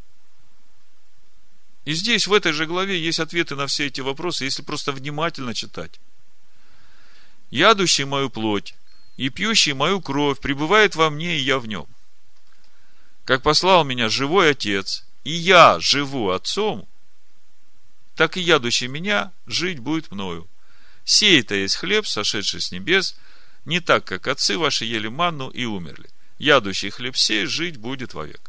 И здесь, в этой же главе, есть ответы на все эти вопросы, если просто внимательно читать. Ядущий мою плоть и пьющий мою кровь пребывает во мне, и я в нем. Как послал меня живой Отец, и я живу Отцом, так и ядущий меня жить будет мною. Сей-то есть хлеб, сошедший с небес, не так, как отцы ваши ели манну и умерли. Ядущий хлеб сей жить будет вовек.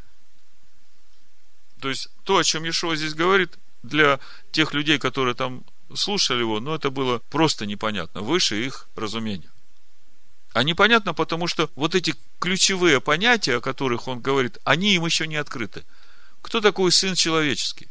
То есть, то, о чем Иешуа здесь говорит, для тех людей, которые там слушали его, ну, это было просто непонятно, выше их разумения. А непонятно, потому что вот эти ключевые понятия, о которых он говорит, они им еще не открыты. Кто такой Сын Человеческий?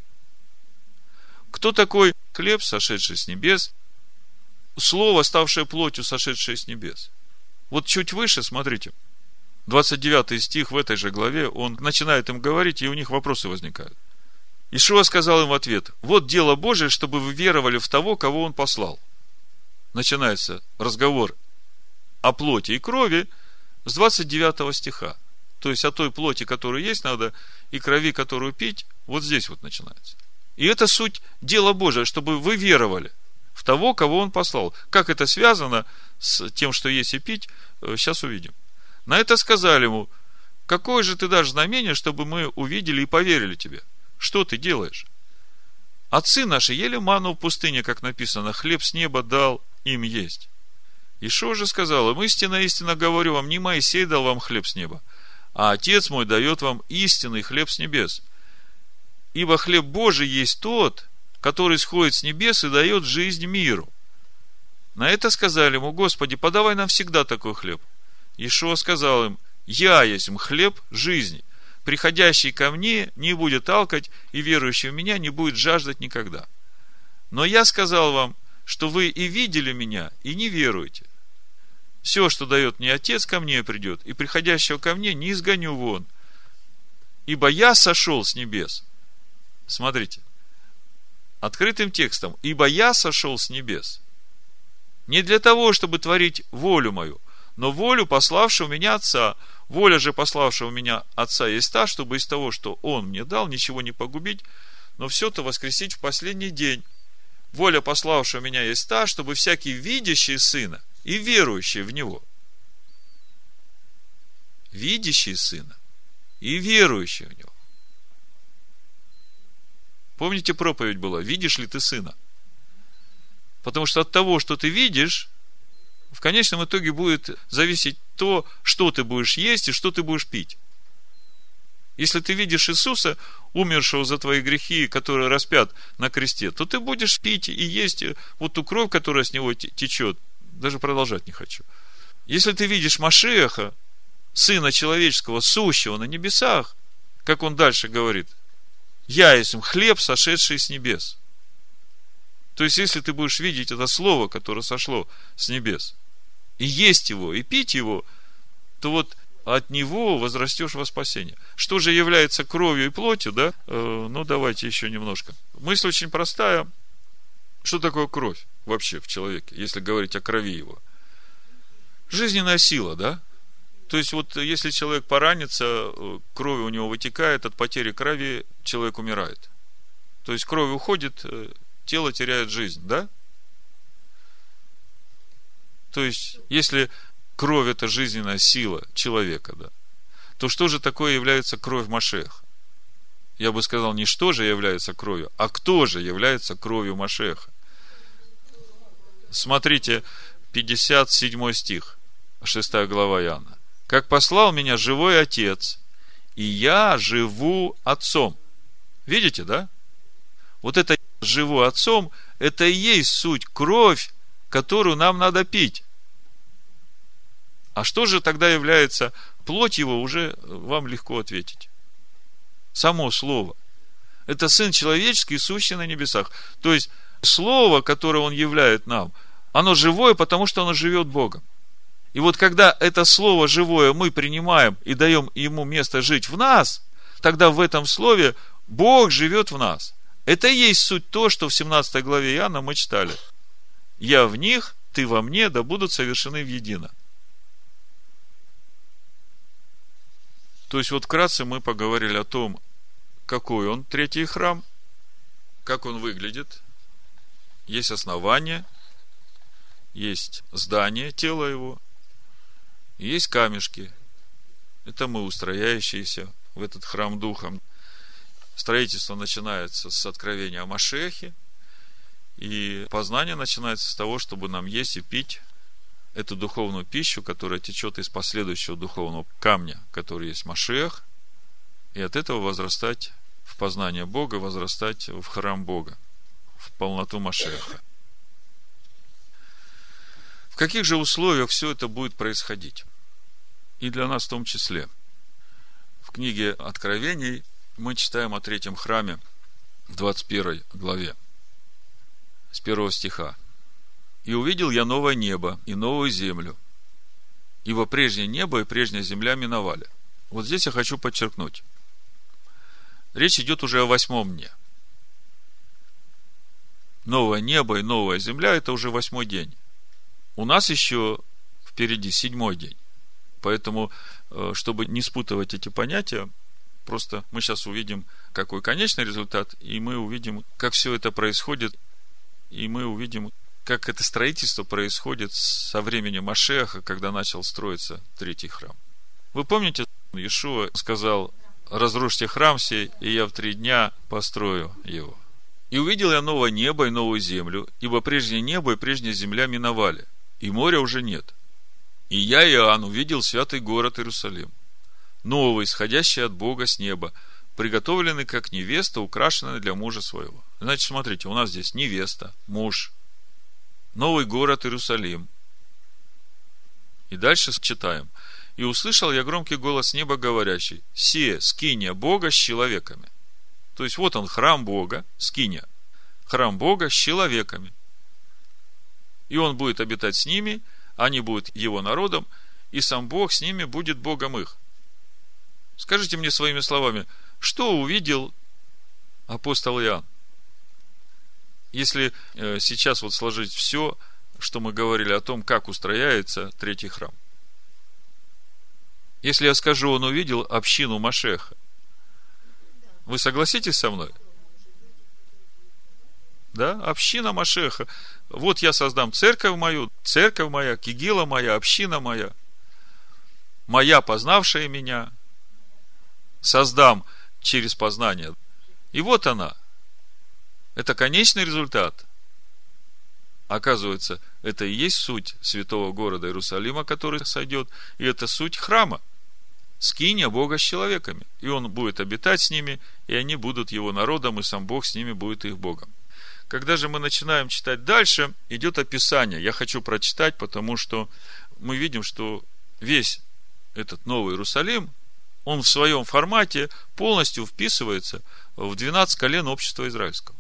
Кто такой хлеб, сошедший с небес? Слово, ставшее плотью, сошедшее с небес. Вот чуть выше, смотрите, двадцать девятый стих в этой же главе, он начинает им говорить, и у них вопросы возникают. Иешуа сказал им в ответ: вот дело Божие, чтобы вы веровали в того, кого он послал. Начинается разговор о плоти и крови с двадцать девятого стиха. То есть о той плоти, которую есть надо, и крови, которую пить, вот здесь вот начинается. И это суть дела Божия, чтобы вы веровали в того, кого он послал. Как это связано с тем, что есть и пить, сейчас увидим. На это сказали ему: какое же ты дашь знамение, чтобы мы увидели и поверили тебе? Что ты делаешь? Отцы наши ели манну в пустыне, как написано, хлеб с неба дал им есть. Иешуа же сказал им: истинно, истинно говорю вам, не Моисей дал вам хлеб с неба, а Отец мой дает вам истинный хлеб с небес. Ибо хлеб Божий есть тот, который сходит с небес и дает жизнь миру. На это сказали ему: Господи, подавай нам всегда такой хлеб. Иешуа сказал им: я есть хлеб жизни. Приходящий ко мне не будет алкать, и верующий в меня не будет жаждать никогда. Но я сказал вам, что вы и видели меня, и не веруете. Все, что дает мне Отец, ко мне придет, и приходящего ко мне не изгоню вон. Ибо я сошел с небес. Смотрите, открытым текстом: ибо я сошел с небес. Не для того, чтобы творить волю мою, но волю пославшего меня Отца. Воля же пославшего меня Отца есть та, чтобы из того, что Он мне дал, ничего не погубить, но все-то воскресить в последний день. Воля пославшего меня есть та, чтобы всякий видящий Сына и верующий в Него. видящий Сына и верующий в Него. Помните, проповедь была: видишь ли ты Сына? Потому что от того, что ты видишь, в конечном итоге будет зависеть то, что ты будешь есть и что ты будешь пить. Если ты видишь Иисуса, умершего за твои грехи, который распят на кресте, то ты будешь пить и есть вот ту кровь, которая с него течет. Даже продолжать не хочу. Если ты видишь Машиаха, Сына Человеческого, сущего на небесах, как он дальше говорит: я есть хлеб, сошедший с небес. То есть, если ты будешь видеть это слово, которое сошло с небес, и есть его, и пить его, то вот от него возрастешь во спасение. Что же является кровью и плотью, да? Э, ну, давайте еще немножко. Мысль очень простая. Что такое кровь вообще в человеке, если говорить о крови его? Жизненная сила, да? То есть, вот если человек поранится, кровь у него вытекает, от потери крови человек умирает. То есть, кровь уходит, тело теряет жизнь, да? То есть, если кровь – это жизненная сила человека, да, то что же такое является кровь Машиаха? Я бы сказал, не что же является кровью, а кто же является кровью Машиаха. Смотрите, пятьдесят седьмой стих, шестая глава Иоанна. «Как послал меня живой Отец, и я живу Отцом». Видите, да? Вот это «живу Отцом» – это и есть суть кровь, которую нам надо пить. А что же тогда является плоть его, уже вам легко ответить. Само слово. Это Сын Человеческий, сущий на небесах. То есть, слово, которое Он являет нам, оно живое, потому что оно живет Богом. И вот когда это слово живое мы принимаем и даем ему место жить в нас, тогда в этом слове Бог живет в нас. Это и есть суть то, что в семнадцатой главе Иоанна мы читали. «Я в них, ты во мне, да будут совершены в едино». То есть, вот вкратце мы поговорили о том, какой он, третий храм, как он выглядит. Есть основание, есть здание, тело его, и есть камешки. Это мы, устрояющиеся в этот храм духом. Строительство начинается с откровения о Машиахе, и познание начинается с того, чтобы нам есть и пить эту духовную пищу, которая течет из последующего духовного камня, который есть Машиах, и от этого возрастать в познание Бога, возрастать в храм Бога, в полноту Машиаха. В каких же условиях все это будет происходить? И для нас в том числе. В книге Откровений мы читаем о третьем храме в двадцать первой главе, с первого стиха. «И увидел я новое небо и новую землю, ибо прежнее небо и прежняя земля миновали». Вот здесь я хочу подчеркнуть. Речь идет уже о восьмом дне. Новое небо и новая земля – это уже восьмой день. У нас еще впереди седьмой день. Поэтому, чтобы не спутывать эти понятия, просто мы сейчас увидим, какой конечный результат, и мы увидим, как все это происходит, и мы увидим, как это строительство происходит со времени Машиаха, когда начал строиться третий храм. Вы помните, Иешуа сказал: «Разрушьте храм сей, и я в три дня построю его». «И увидел я новое небо и новую землю, ибо прежнее небо и прежняя земля миновали, и моря уже нет. И я, Иоанн, увидел святый город Иерусалим, новый, исходящий от Бога с неба, приготовленный как невеста, украшенная для мужа своего». Значит, смотрите, у нас здесь невеста, муж, новый город Иерусалим. И дальше читаем. «И услышал я громкий голос неба, говорящий: сие скиния Бога с человеками». То есть, вот он, храм Бога, скиния. Храм Бога с человеками. И он будет обитать с ними, они будут его народом, и сам Бог с ними будет Богом их. Скажите мне своими словами, что увидел апостол Иоанн? Если э, сейчас вот сложить все, что мы говорили о том, как устрояется третий храм. Если я скажу, он увидел общину Машиаха, вы согласитесь со мной? Да, община Машиаха. Вот я создам церковь мою, церковь моя, кигила моя, община моя. моя, познавшая меня, создам через познание. И вот она. Это конечный результат. Оказывается, это и есть суть святого города Иерусалима, который сойдет, и это суть храма. Скиния Бога с человеками. И Он будет обитать с ними, и они будут Его народом, и сам Бог с ними будет их Богом. Когда же мы начинаем читать дальше, идет описание. Я хочу прочитать, потому что мы видим, что весь этот Новый Иерусалим, он в своем формате полностью вписывается в двенадцать колен общества израильского.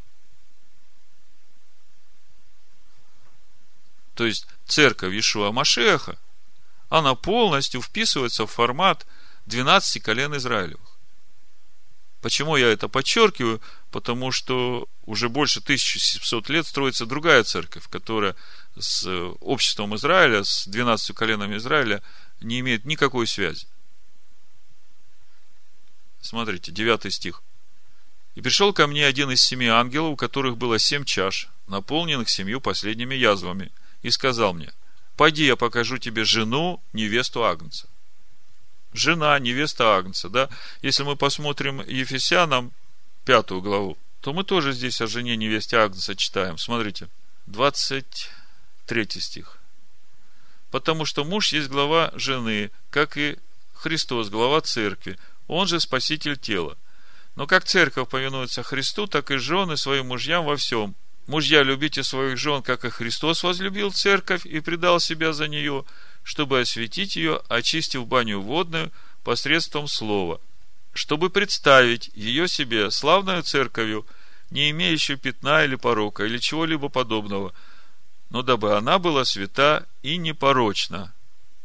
То есть, церковь Иешуа Машиаха, она полностью вписывается в формат двенадцати колен Израилевых. Почему я это подчеркиваю? Потому что уже больше тысячи семисот лет строится другая церковь, которая с обществом Израиля, с двенадцатью коленами Израиля не имеет никакой связи. Смотрите, девятый стих. «И пришел ко мне один из семи ангелов, у которых было семь чаш, наполненных семью последними язвами, и сказал мне: пойди, я покажу тебе жену, невесту Агнца». Жена, невеста Агнца, да? Если мы посмотрим Ефесянам пятую главу, то мы тоже здесь о жене, невесте Агнца читаем. Смотрите, двадцать третий стих. «Потому что муж есть глава жены, как и Христос, глава церкви, он же спаситель тела. Но как церковь повинуется Христу, так и жены своим мужьям во всем. Мужья, любите своих жен, как и Христос возлюбил церковь и предал себя за нее, чтобы осветить ее, очистив баню водную посредством слова, чтобы представить ее себе славную церковью, не имеющую пятна или порока, или чего-либо подобного, но дабы она была свята и непорочна.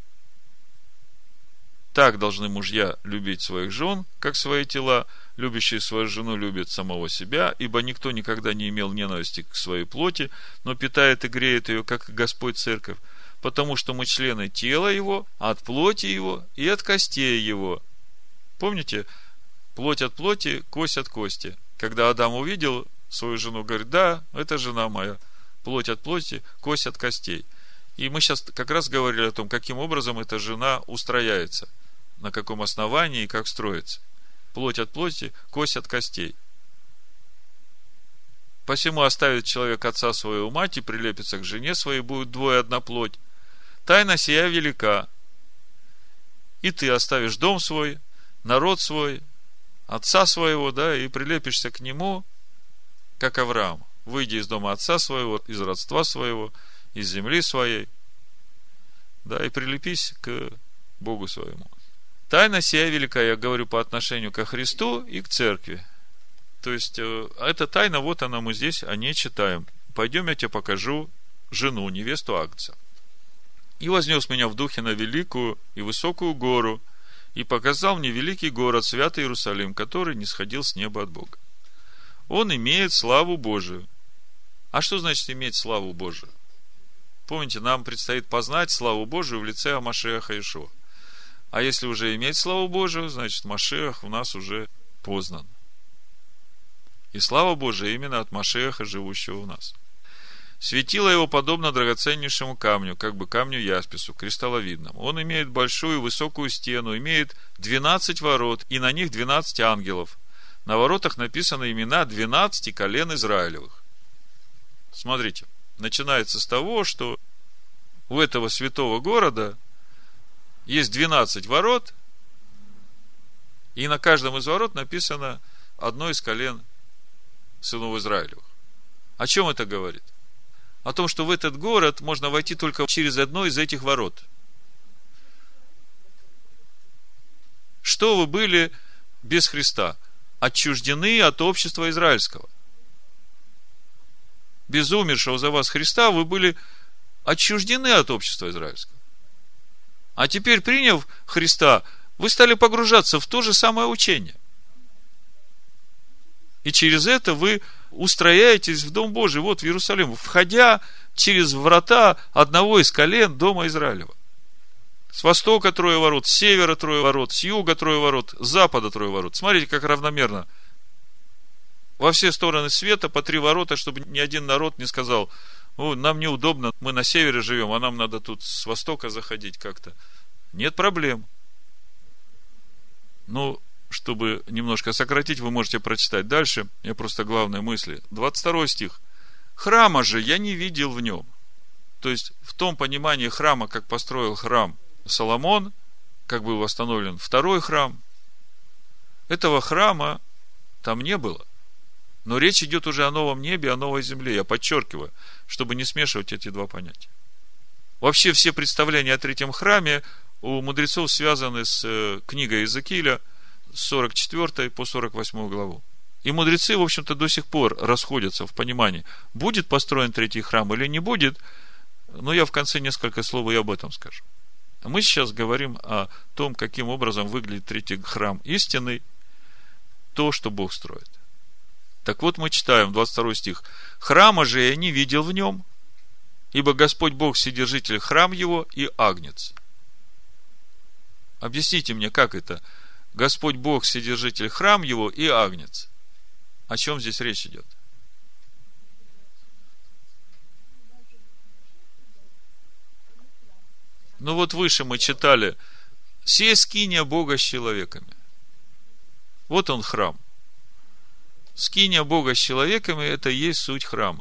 Так должны мужья любить своих жен, как свои тела. Любящий свою жену любит самого себя, ибо никто никогда не имел ненависти к своей плоти, но питает и греет ее, как и Господь церковь, потому что мы члены тела его, от плоти его и от костей его». Помните, плоть от плоти, кость от кости. Когда Адам увидел свою жену, говорит: да, это жена моя. Плоть от плоти, кость от костей. И мы сейчас как раз говорили о том, каким образом эта жена устрояется, на каком основании и как строится. Плоть от плоти, кость от костей. «Посему оставит человек отца своего, мать, и прилепится к жене своей, будет двое одна плоть. Тайна сия велика. И ты оставишь дом свой, народ свой, отца своего, да, и прилепишься к нему, как Авраам, выйдя из дома отца своего, из родства своего, из земли своей, да, и прилепись к Богу своему. Тайна сия велика», я говорю по отношению ко Христу и к церкви. То есть, эта тайна, вот она, мы здесь о ней читаем. «Пойдем, я тебе покажу жену, невесту Агнца. И вознес меня в духе на великую и высокую гору, и показал мне великий город, святый Иерусалим, который нисходил с неба от Бога. Он имеет славу Божию». А что значит иметь славу Божию? Помните, нам предстоит познать славу Божию в лице Машиаха Иешуа. А если уже иметь славу Божию, значит, Машиах в нас уже познан. И слава Божия именно от Машиаха, живущего в нас. «Светило его подобно драгоценнейшему камню, как бы камню яспису, кристалловидному. Он имеет большую высокую стену, имеет двенадцать ворот, и на них двенадцать ангелов. На воротах написаны имена двенадцати колен Израилевых». Смотрите, начинается с того, что у этого святого города есть двенадцать ворот, и на каждом из ворот написано одно из колен сынов Израилевых. О чем это говорит? О том, что в этот город можно войти только через одно из этих ворот. Что вы были без Христа? Отчуждены от общества израильского. Без умершего за вас Христа вы были отчуждены от общества израильского. А теперь, приняв Христа, вы стали погружаться в то же самое учение. И через это вы устрояетесь в Дом Божий, вот в Иерусалим, входя через врата одного из колен Дома Израилева. С востока трое ворот, с севера трое ворот, с юга трое ворот, с запада трое ворот. Смотрите, как равномерно. Во все стороны света по три ворота, чтобы ни один народ не сказал: «О, нам неудобно, мы на севере живем, а нам надо тут с востока заходить как-то». Нет проблем. Ну, чтобы немножко сократить, вы можете прочитать дальше. Я просто главные мысли. двадцать второй стих. Храма же я не видел в нем. То есть, в том понимании храма, как построил храм Соломон, как был восстановлен второй храм, этого храма там не было. Но речь идет уже о новом небе, о новой земле. Я подчеркиваю, чтобы не смешивать эти два понятия. Вообще все представления о третьем храме у мудрецов связаны с книгой Иезекииля с сорок четвёртой по сорок восьмую главу. И мудрецы, в общем-то, до сих пор расходятся в понимании, будет построен третий храм или не будет. Но я в конце несколько слов и об этом скажу. Мы сейчас говорим о том, каким образом выглядит третий храм истинный, то, что Бог строит. Так вот, мы читаем двадцать второй стих. «Храма же я не видел в нем, ибо Господь Бог Вседержитель, храм его и агнец». Объясните мне, как это? Господь Бог Вседержитель, храм его и агнец. О чем здесь речь идет? Ну вот выше мы читали: «Сей скиния Бога с человеками». Вот он храм. Скиния Бога с человеками – это и есть суть храма.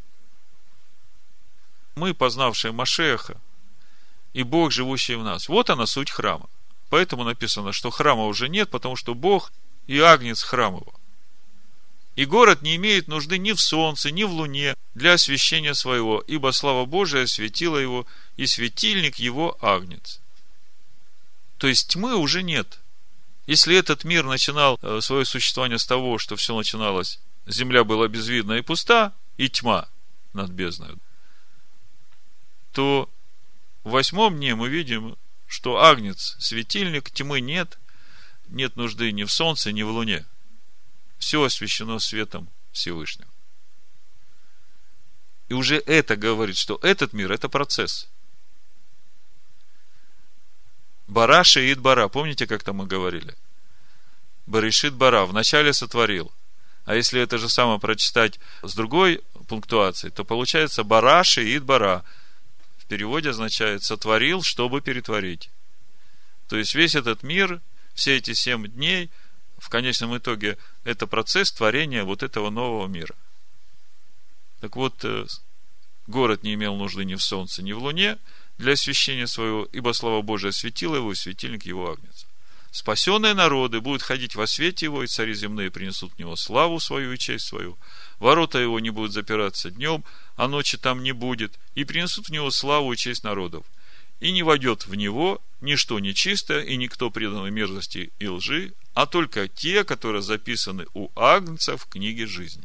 Мы, познавшие Машеха, и Бог, живущий в нас. Вот она суть храма. Поэтому написано, что храма уже нет, потому что Бог и агнец храм его. И город не имеет нужды ни в солнце, ни в луне для освящения своего, ибо слава Божия осветила его, и светильник его агнец. То есть тьмы уже нет. Если этот мир начинал свое существование с того, что все начиналось, земля была безвидна и пуста, и тьма над бездною, то в восьмом дне мы видим, что агнец, светильник, тьмы нет, нет нужды ни в солнце, ни в луне. Все освещено светом Всевышнего. И уже это говорит, что этот мир – это процесс. Бара шеит бара. Помните, как там мы говорили? Баришит бара. Вначале сотворил. А если это же самое прочитать с другой пунктуацией, то получается бара шеит бара. В переводе означает сотворил, чтобы перетворить. То есть весь этот мир, все эти семь дней, в конечном итоге, это процесс творения вот этого нового мира. Так вот, город не имел нужды ни в солнце, ни в луне для освящения своего, ибо слава Божия осветила его, и светильник его агнец. Спасенные народы будут ходить во свете его, и цари земные принесут в него славу свою и честь свою. Ворота его не будут запираться днем, а ночи там не будет, и принесут в него славу и честь народов. И не войдет в него ничто нечистое, и никто преданный мерзости и лжи, а только те, которые записаны у агнца в книге жизни.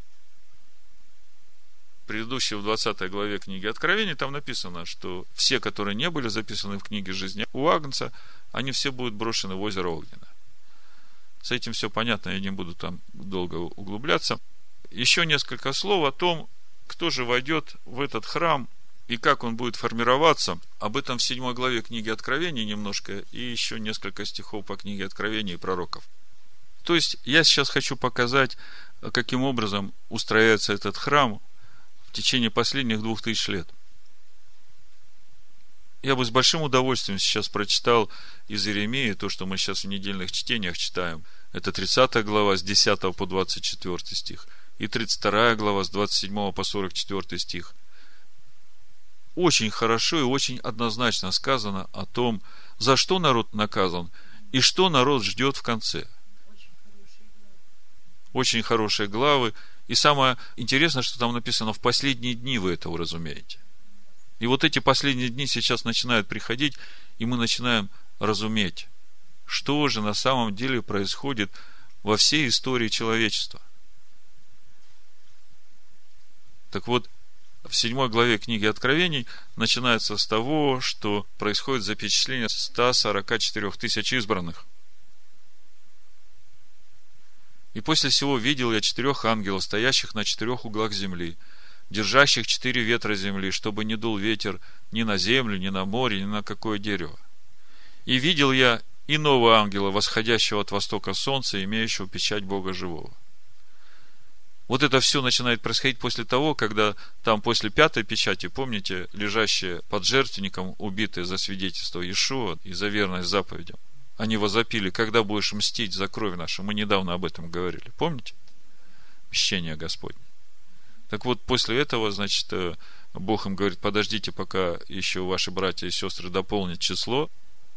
Предыдущей в двадцатой главе книги Откровений там написано, что все, которые не были записаны в книге жизни у агнца, они все будут брошены в озеро Огненное. С этим все понятно, я не буду там долго углубляться. Еще несколько слов о том, кто же войдет в этот храм и как он будет формироваться. Об этом в седьмой главе книги Откровений немножко, и еще несколько стихов по книге Откровений и пророков. То есть, я сейчас хочу показать, каким образом устрояется этот храм в течение последних двух тысяч лет. Я бы с большим удовольствием сейчас прочитал из Иеремии то, что мы сейчас в недельных чтениях читаем. Это тридцатая глава с десятого по двадцать четвёртый стих. И тридцать вторая глава с двадцать седьмого по сорок четвёртый стих. Очень хорошо и очень однозначно сказано о том, за что народ наказан и что народ ждет в конце. Очень хорошие главы. И самое интересное, что там написано: в последние дни вы это уразумеете. И вот эти последние дни сейчас начинают приходить, и мы начинаем разуметь, что же на самом деле происходит во всей истории человечества. Так вот, в седьмой главе книги Откровений начинается с того, что происходит запечатление ста сорока четырёх тысяч избранных. И после всего видел я четырех ангелов, стоящих на четырех углах земли, держащих четыре ветра земли, чтобы не дул ветер ни на землю, ни на море, ни на какое дерево. И видел я иного ангела, восходящего от востока солнца, имеющего печать Бога живого. Вот это все начинает происходить после того, когда там после пятой печати, помните, лежащие под жертвенником, убитые за свидетельство Иешуа и за верность заповедям, они возопили: когда будешь мстить за кровь нашу? Мы недавно об этом говорили. Помните? Мщение Господне. Так вот, после этого, значит, Бог им говорит: подождите, пока еще ваши братья и сестры дополнят число.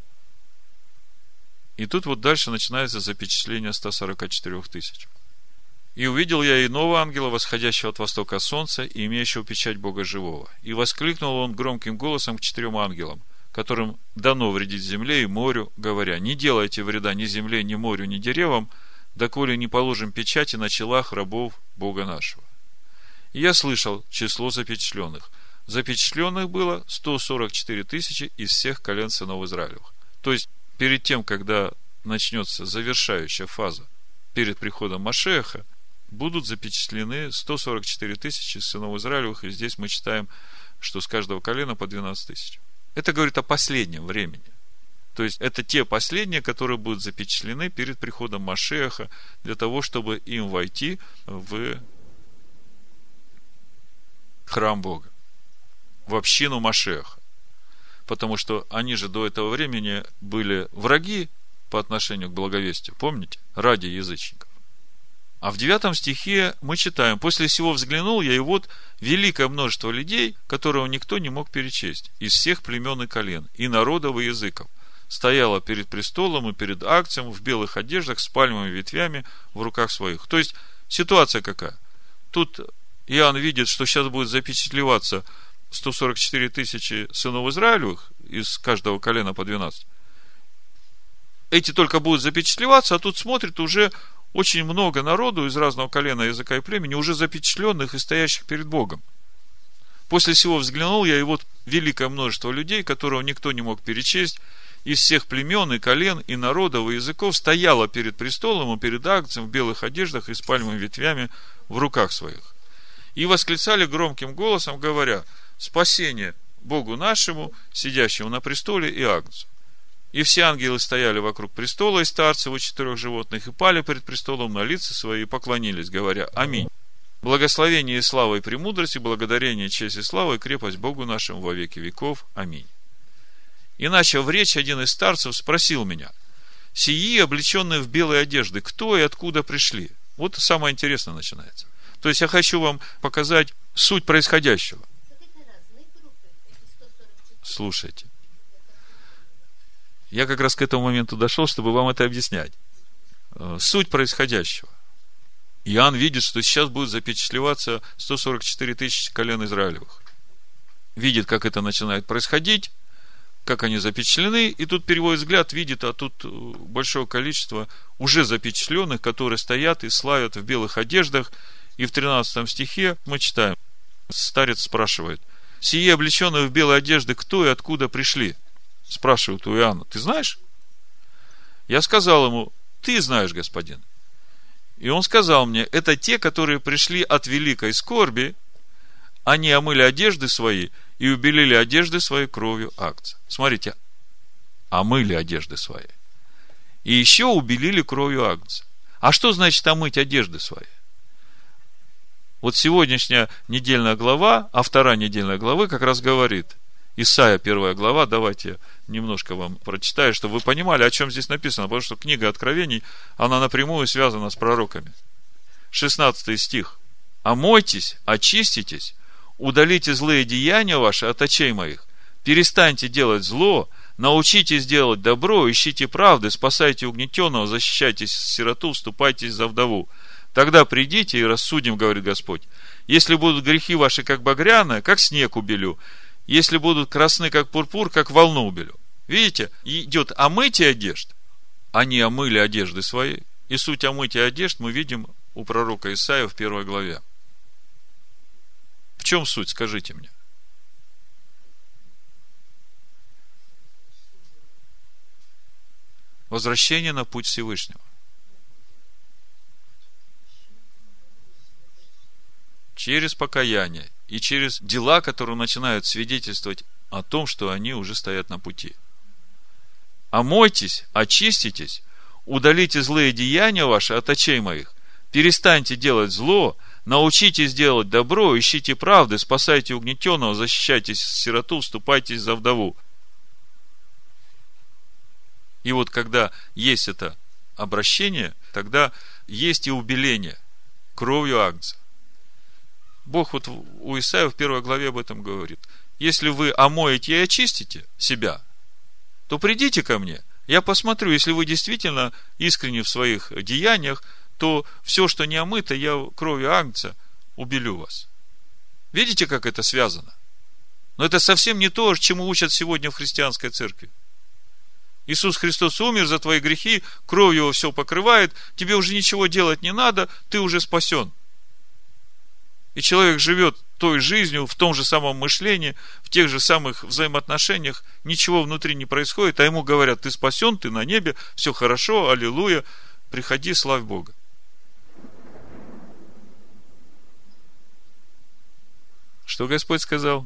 И тут вот дальше начинается запечатление ста сорока четырёх тысяч. И увидел я иного ангела, восходящего от востока солнца и имеющего печать Бога живого. И воскликнул он громким голосом к четырем ангелам, которым дано вредить земле и морю, говоря: не делайте вреда ни земле, ни морю, ни деревам, доколе не положим печати на челах рабов Бога нашего. И я слышал число запечатленных. Запечатленных было сто сорок четыре тысячи из всех колен сынов Израилевых. То есть, перед тем, когда начнется завершающая фаза, перед приходом Машеха, будут запечатлены сто сорок четыре тысячи сынов Израилевых, и здесь мы читаем, что с каждого колена по двенадцать тысяч. Это говорит о последнем времени. То есть, это те последние, которые будут запечатлены перед приходом Машеха, для того, чтобы им войти в храм Бога, в общину Машеха. Потому что они же до этого времени были враги по отношению к благовестию, помните? Ради язычников. А в девятом стихе мы читаем: после сего взглянул я, и вот великое множество людей, которого никто не мог перечесть, из всех племен и колен, и народов и языков, стояло перед престолом и перед акцием в белых одеждах с пальмовыми ветвями в руках своих. То есть, ситуация какая? Тут Иоанн видит, что сейчас будет запечатлеваться сто сорок четыре тысячи сынов Израилевых, из каждого колена по двенадцать. Эти только будут запечатлеваться, а тут смотрит уже очень много народу из разного колена, языка и племени, уже запечатленных и стоящих перед Богом. После всего взглянул я, и вот великое множество людей, которого никто не мог перечесть, из всех племен и колен, и народов, и языков, стояло перед престолом и перед акцием в белых одеждах и с пальмовыми ветвями в руках своих. И восклицали громким голосом, говоря: спасение Богу нашему, сидящему на престоле, и агнцу. И все ангелы стояли вокруг престола, и старцы у четырех животных, и пали перед престолом на лица свои, и поклонились, говоря: аминь. Благословение и слава и премудрость, и благодарение, честь и слава, и крепость Богу нашему во веки веков. Аминь. И начав речь, один из старцев спросил меня: сии, облеченные в белые одежды, кто и откуда пришли? Вот самое интересное начинается. То есть, я хочу вам показать суть происходящего. Слушайте. Я как раз к этому моменту дошел, чтобы вам это объяснять. Суть происходящего. Иоанн видит, что сейчас будет запечатлеваться сто сорок четыре тысячи колен Израилевых. Видит, как это начинает происходить, как они запечатлены, и тут переводит взгляд, видит, а тут большое количество уже запечатленных, которые стоят и славят в белых одеждах. И в тринадцатом стихе мы читаем, старец спрашивает: сие облеченные в белые одежды, кто и откуда пришли? Спрашивают у Иоанна: ты знаешь? Я сказал ему: ты знаешь, господин. И он сказал мне: это те, которые пришли от великой скорби, они омыли одежды свои и убелили одежды свои кровью агнца. Смотрите, омыли одежды свои. И еще убелили кровью агнца. А что значит омыть одежды свои? Вот сегодняшняя недельная глава, а вторая недельная глава как раз говорит, Исайя первая глава, давайте немножко вам прочитаю, чтобы вы понимали, о чем здесь написано, потому что книга Откровений, она напрямую связана с пророками. шестнадцатый стих. «Омойтесь, очиститесь, удалите злые деяния ваши от очей моих, перестаньте делать зло, научитесь делать добро, ищите правды, спасайте угнетенного, защищайтесь сироту, вступайтесь за вдову. Тогда придите и рассудим, говорит Господь. Если будут грехи ваши, как багряные, как снег убелю. Если будут красны, как пурпур, как волну убелю». Видите, идет омытие одежд. Они омыли одежды свои. И суть омытия одежд мы видим у пророка Исаия в первой главе. В чем суть, скажите мне? Возвращение на путь Всевышнего. Через покаяние и через дела, которые начинают свидетельствовать о том, что они уже стоят на пути. Омойтесь, очиститесь, удалите злые деяния ваши от очей моих, перестаньте делать зло, научитесь делать добро, ищите правды, спасайте угнетенного, защищайтесь сироту, вступайтесь за вдову. И вот когда есть это обращение, тогда есть и убеление кровью агнца. Бог вот у Исаия в первой главе об этом говорит. Если вы омоете и очистите себя, то придите ко мне. Я посмотрю, если вы действительно искренни в своих деяниях, то все, что не омыто, я кровью агнца убелю вас. Видите, как это связано? Но это совсем не то, чему учат сегодня в христианской церкви. Иисус Христос умер за твои грехи, кровью его все покрывает, тебе уже ничего делать не надо, ты уже спасен. И человек живет той жизнью, в том же самом мышлении, в тех же самых взаимоотношениях, ничего внутри не происходит, а ему говорят: ты спасен, ты на небе, все хорошо, аллилуйя, приходи, славь Бога. Что Господь сказал?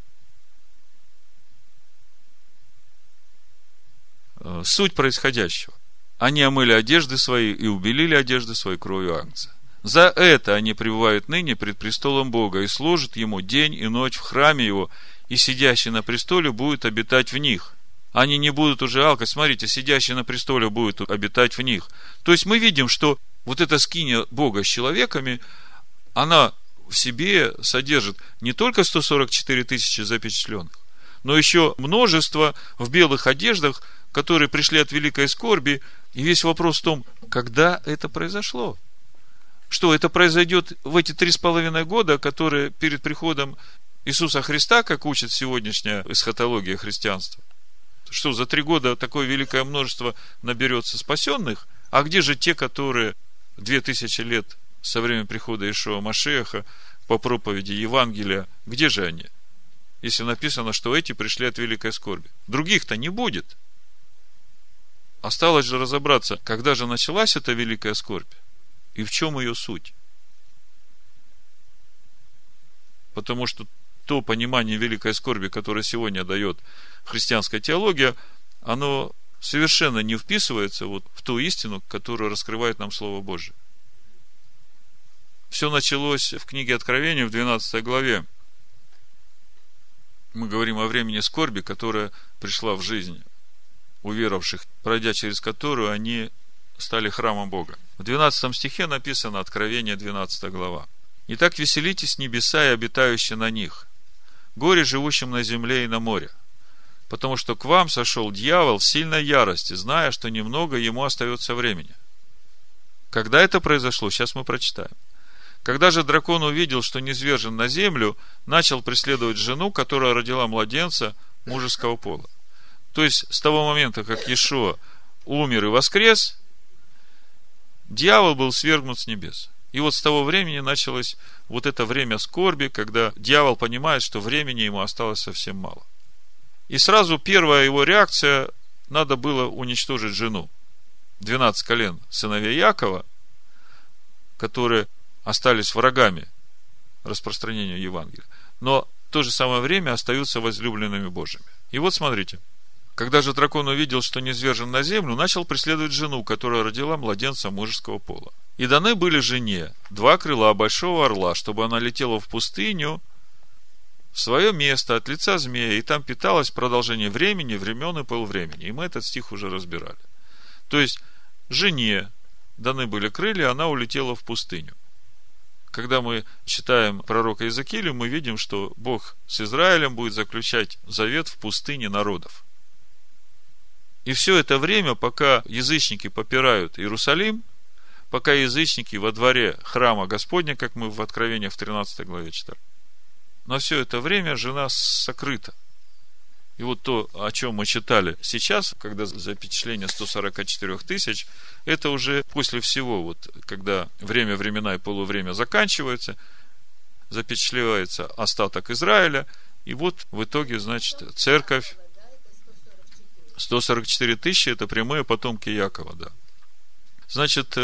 Суть происходящего. Они омыли одежды свои и убелили одежды своей кровью агнца. За это они пребывают ныне пред престолом Бога и служат Ему день и ночь в храме Его, и сидящий на престоле будет обитать в них. Они не будут уже алкать. Смотрите, сидящий на престоле будет обитать в них. То есть мы видим, что вот эта скиния Бога с человеками, она в себе содержит не только сто сорок четыре тысячи запечатленных, но еще множество в белых одеждах, которые пришли от великой скорби. И весь вопрос в том, когда это произошло. Что это произойдет в эти три с половиной года, которые перед приходом Иисуса Христа, как учит сегодняшняя эсхатология христианства? Что за три года такое великое множество наберется спасенных? А где же те, которые две тысячи лет со времени прихода Иешуа Машиаха по проповеди Евангелия, где же они? Если написано, что эти пришли от великой скорби. Других-то не будет. Осталось же разобраться, когда же началась эта великая скорбь и в чем ее суть. Потому что то понимание великой скорби, которое сегодня дает христианская теология, оно совершенно не вписывается вот в ту истину, которую раскрывает нам Слово Божие. Все началось в книге Откровения в двенадцатой главе. Мы говорим о времени скорби, которая пришла в жизнь уверовавших, пройдя через которую они стали храмом Бога. В двенадцатом стихе написано, Откровение, двенадцатая глава: «Итак, веселитесь небеса и обитающие на них, горе живущим на земле и на море, потому что к вам сошел дьявол в сильной ярости, зная, что немного ему остается времени». Когда это произошло, сейчас мы прочитаем. «Когда же дракон увидел, что низвержен на землю, начал преследовать жену, которая родила младенца мужеского пола». То есть, с того момента, как Иешуа умер и воскрес, дьявол был свергнут с небес. И вот с того времени началось вот это время скорби, когда дьявол понимает, что времени ему осталось совсем мало. И сразу первая его реакция: надо было уничтожить жену. двенадцать колен сыновей Якова, которые остались врагами распространения Евангелия, но в то же самое время остаются возлюбленными Божьими. И вот смотрите. Когда же дракон увидел, что низвержен на землю, начал преследовать жену, которая родила младенца мужеского пола. И даны были жене два крыла большого орла, чтобы она летела в пустыню, в свое место от лица змея, и там питалась продолжение времени, времен и полвремени. И мы этот стих уже разбирали. То есть, жене даны были крылья, она улетела в пустыню. Когда мы читаем пророка Иезекииля, мы видим, что Бог с Израилем будет заключать завет в пустыне народов. И все это время, пока язычники попирают Иерусалим, пока язычники во дворе храма Господня, как мы в Откровениях в тринадцатой главе читали, но все это время жена сокрыта. И вот то, о чем мы читали сейчас, когда запечатление сто сорок четыре тысяч, это уже после всего, вот, когда время, времена и полувремя заканчиваются, запечатлевается остаток Израиля, и вот в итоге, значит, церковь, сто сорок четыре тысячи, это прямые потомки Якова, да. Значит,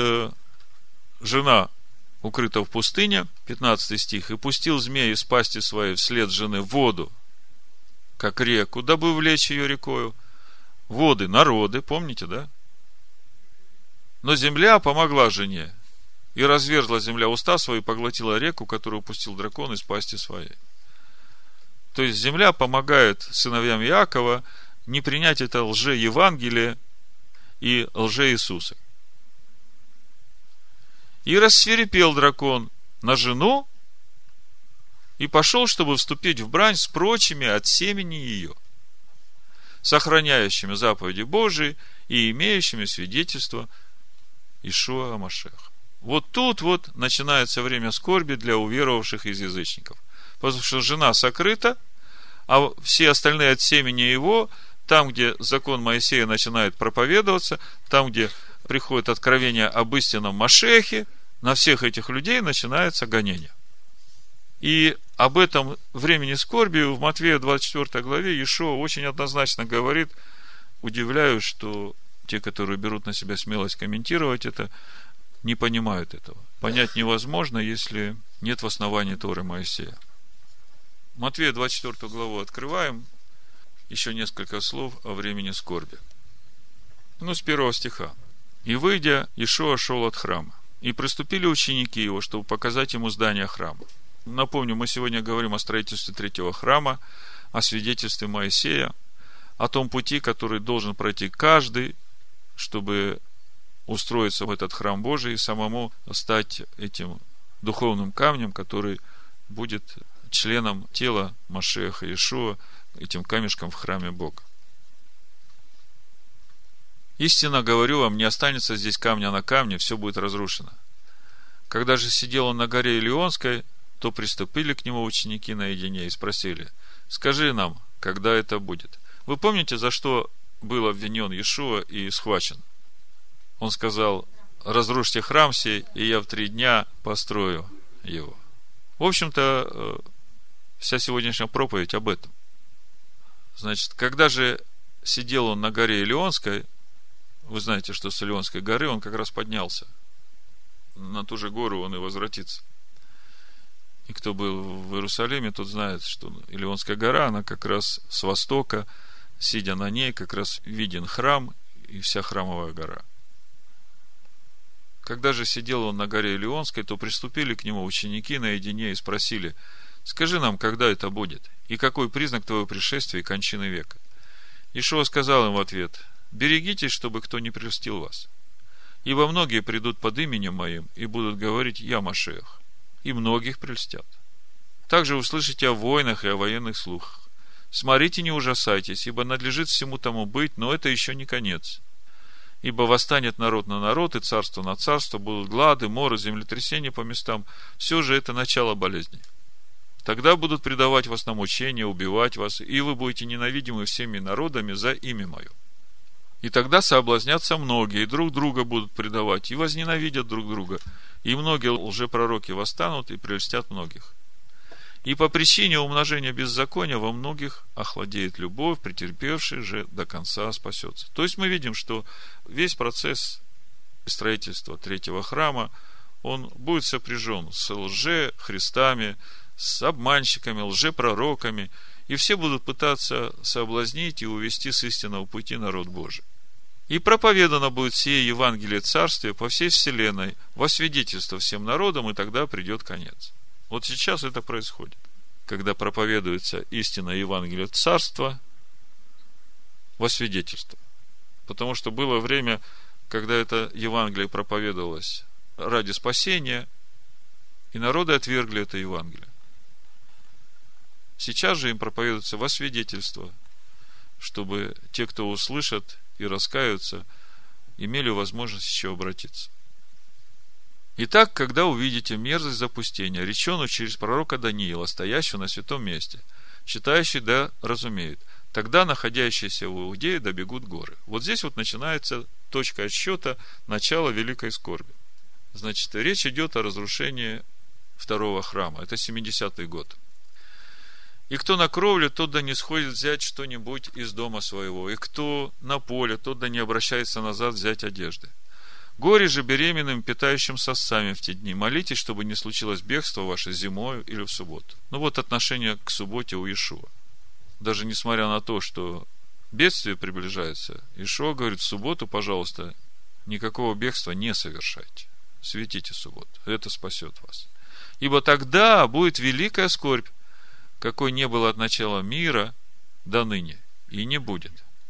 жена укрыта в пустыне, пятнадцатый стих, и пустил змей из пасти своей вслед жены в воду, как реку, дабы влечь ее рекою. Воды, народы, помните, да? Но земля помогла жене, и разверзла земля уста свои, и поглотила реку, которую пустил дракон из пасти своей. То есть земля помогает сыновьям Иакова не принять это лже-евангелие и лже-Иисусы. И рассвирепел дракон на жену и пошел, чтобы вступить в брань с прочими от семени ее, сохраняющими заповеди Божии и имеющими свидетельство Иешуа ха-Машиах. Вот тут вот начинается время скорби для уверовавших из язычников. Потому что жена сокрыта, а все остальные от семени его, там, где закон Моисея начинает проповедоваться, там, где приходит откровение об истинном Машиахе, на всех этих людей начинается гонение. И об этом времени скорби в Матфея двадцать четвёртой главе Иешуа очень однозначно говорит. Удивляюсь, что те, которые берут на себя смелость комментировать это, не понимают этого. Понять невозможно, если нет в основании Торы Моисея. Матфея двадцать четвёртую главу открываем. Еще несколько слов о времени скорби. Ну, с первого стиха. «И, выйдя, Иешуа шел от храма, и приступили ученики его, чтобы показать ему здание храма». Напомню, мы сегодня говорим о строительстве третьего храма, о свидетельстве Моисея, о том пути, который должен пройти каждый, чтобы устроиться в этот храм Божий и самому стать этим духовным камнем, который будет членом тела Машиаха Иешуа, этим камешком в храме Бога. «Истинно говорю вам, не останется здесь камня на камне, все будет разрушено. Когда же сидел он на горе Илионской, то приступили к нему ученики наедине и спросили: скажи нам, когда это будет?» Вы помните, за что был обвинен Иешуа и схвачен? Он сказал: разрушьте храм сей, и я в три дня построю его. В общем-то, вся сегодняшняя проповедь об этом. Значит, когда же сидел он на горе Илионской, вы знаете, что с Илионской горы он как раз поднялся. На ту же гору он и возвратится. И кто был в Иерусалиме, тот знает, что Илионская гора, она как раз с востока, сидя на ней, как раз виден храм и вся храмовая гора. Когда же сидел он на горе Илионской, то приступили к нему ученики наедине и спросили: скажи нам, когда это будет, и какой признак твоего пришествия и кончины века? Иешуа сказал им в ответ: берегитесь, чтобы кто не прельстил вас. Ибо многие придут под именем моим и будут говорить: я Машиах, и многих прельстят. Также услышите о войнах и о военных слухах. Смотрите, не ужасайтесь, ибо надлежит всему тому быть, но это еще не конец. Ибо восстанет народ на народ, и царство на царство, будут глады, моры, землетрясения по местам. Все же это начало болезней. Тогда будут предавать вас на мучения, убивать вас, и вы будете ненавидимы всеми народами за имя мое. И тогда соблазнятся многие, и друг друга будут предавать, и возненавидят друг друга. И многие лжепророки восстанут и прельстят многих. И по причине умножения беззакония во многих охладеет любовь, претерпевший же до конца спасется. То есть мы видим, что весь процесс строительства третьего храма, он будет сопряжен с лже-христами, с обманщиками, лжепророками, и все будут пытаться соблазнить и увести с истинного пути народ Божий. И проповедано будет сие Евангелие Царствия по всей вселенной во свидетельство всем народам, и тогда придет конец. Вот сейчас это происходит, когда проповедуется истина Евангелия Царства во свидетельство. Потому что было время, когда это Евангелие проповедовалось ради спасения, и народы отвергли это Евангелие. Сейчас же им проповедуется во свидетельство, чтобы те, кто услышат и раскаются, имели возможность еще обратиться. Итак, когда увидите мерзость запустения, реченую через пророка Даниила, стоящего на святом месте, читающий да разумеет, тогда находящиеся в Иудее добегут горы. Вот здесь вот начинается точка отсчета начала великой скорби. Значит, речь идет о разрушении второго храма. Это семидесятый год. И кто на кровле, тот да не сходит взять что-нибудь из дома своего. И кто на поле, тот да не обращается назад взять одежды. Горе же беременным, питающим сосцами в те дни. Молитесь, чтобы не случилось бегство ваше зимою или в субботу. Ну вот отношение к субботе у Иешуа. Даже несмотря на то, что бедствие приближается, Иешуа говорит: в субботу, пожалуйста, никакого бегства не совершайте. Светите субботу. Это спасет вас. Ибо тогда будет великая скорбь, какой не было от начала мира до ныне, и не будет.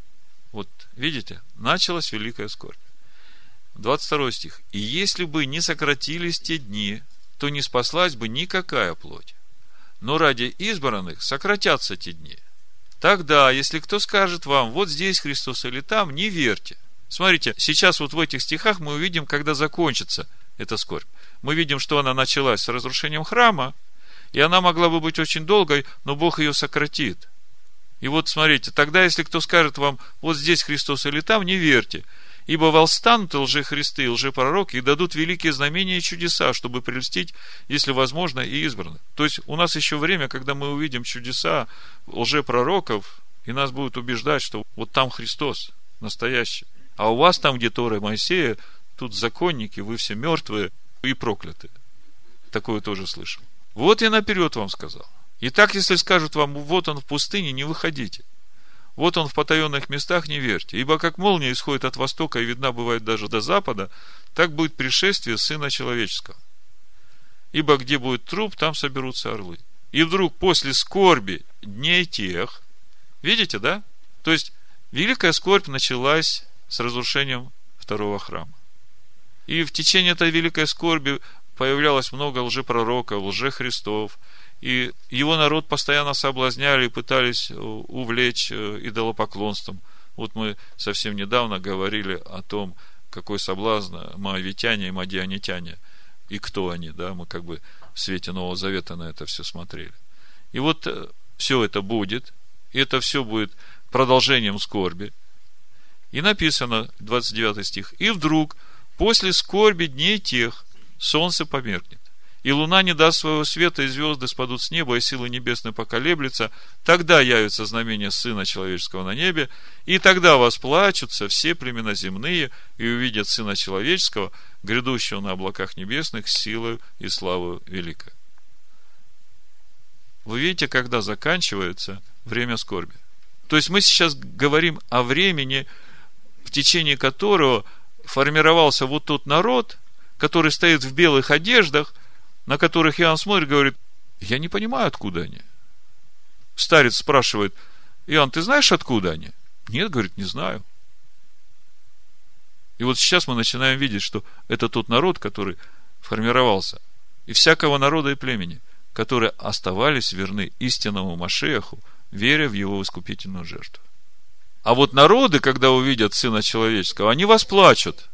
Вот видите, началась великая скорбь. двадцать второй стих. И если бы не сократились те дни, то не спаслась бы никакая плоть. Но ради избранных сократятся те дни. Тогда, если кто скажет вам, вот здесь Христос или там, не верьте. Смотрите, сейчас вот в этих стихах мы увидим, когда закончится эта скорбь. Мы видим, что она началась с разрушением храма, и она могла бы быть очень долгой, но Бог ее сократит. И вот смотрите, тогда, если кто скажет вам, вот здесь Христос или там, не верьте. Ибо восстанут и лжехристы, и лжепророки, и дадут великие знамения и чудеса, чтобы прельстить, если возможно, и избранных. То есть, у нас еще время, когда мы увидим чудеса лжепророков, и нас будут убеждать, что вот там Христос настоящий. А у вас там, где Тора Моисея, тут законники, вы все мертвые и проклятые. Такое тоже слышал. Вот я наперед вам сказал. Итак, если скажут вам, вот он в пустыне, не выходите. Вот он в потаенных местах, не верьте. Ибо как молния исходит от востока и видна бывает даже до запада, так будет пришествие Сына Человеческого. Ибо где будет труп, там соберутся орлы. И вдруг после скорби дней тех, видите, да? То есть, великая скорбь началась с разрушением второго храма. И в течение этой великой скорби появлялось много лжепророков, лжехристов, и его народ постоянно соблазняли и пытались увлечь идолопоклонством. Вот мы совсем недавно говорили о том, какой соблазн моавитяне и мадианитяне, и кто они, да, мы как бы в свете Нового Завета на это все смотрели. И вот все это будет, и это все будет продолжением скорби. И написано, двадцать девятый стих, и вдруг, после скорби дней тех, солнце померкнет, и луна не даст своего света, и звезды спадут с неба, и силы небесные поколеблются. Тогда явится знамение Сына Человеческого на небе, и тогда восплачутся все племена земные, и увидят Сына Человеческого, грядущего на облаках небесных, с силой и славой великой. Вы видите, когда заканчивается время скорби. То есть мы сейчас говорим о времени, в течение которого формировался вот тот народ, который стоит в белых одеждах, на которых Иоанн смотрит и говорит, я не понимаю, откуда они. Старец спрашивает, Иоанн, ты знаешь, откуда они? Нет, говорит, не знаю. И вот сейчас мы начинаем видеть, что это тот народ, который формировался, и всякого народа и племени, которые оставались верны истинному Машиаху, веря в его искупительную жертву. А вот народы, когда увидят Сына Человеческого, они восплачут.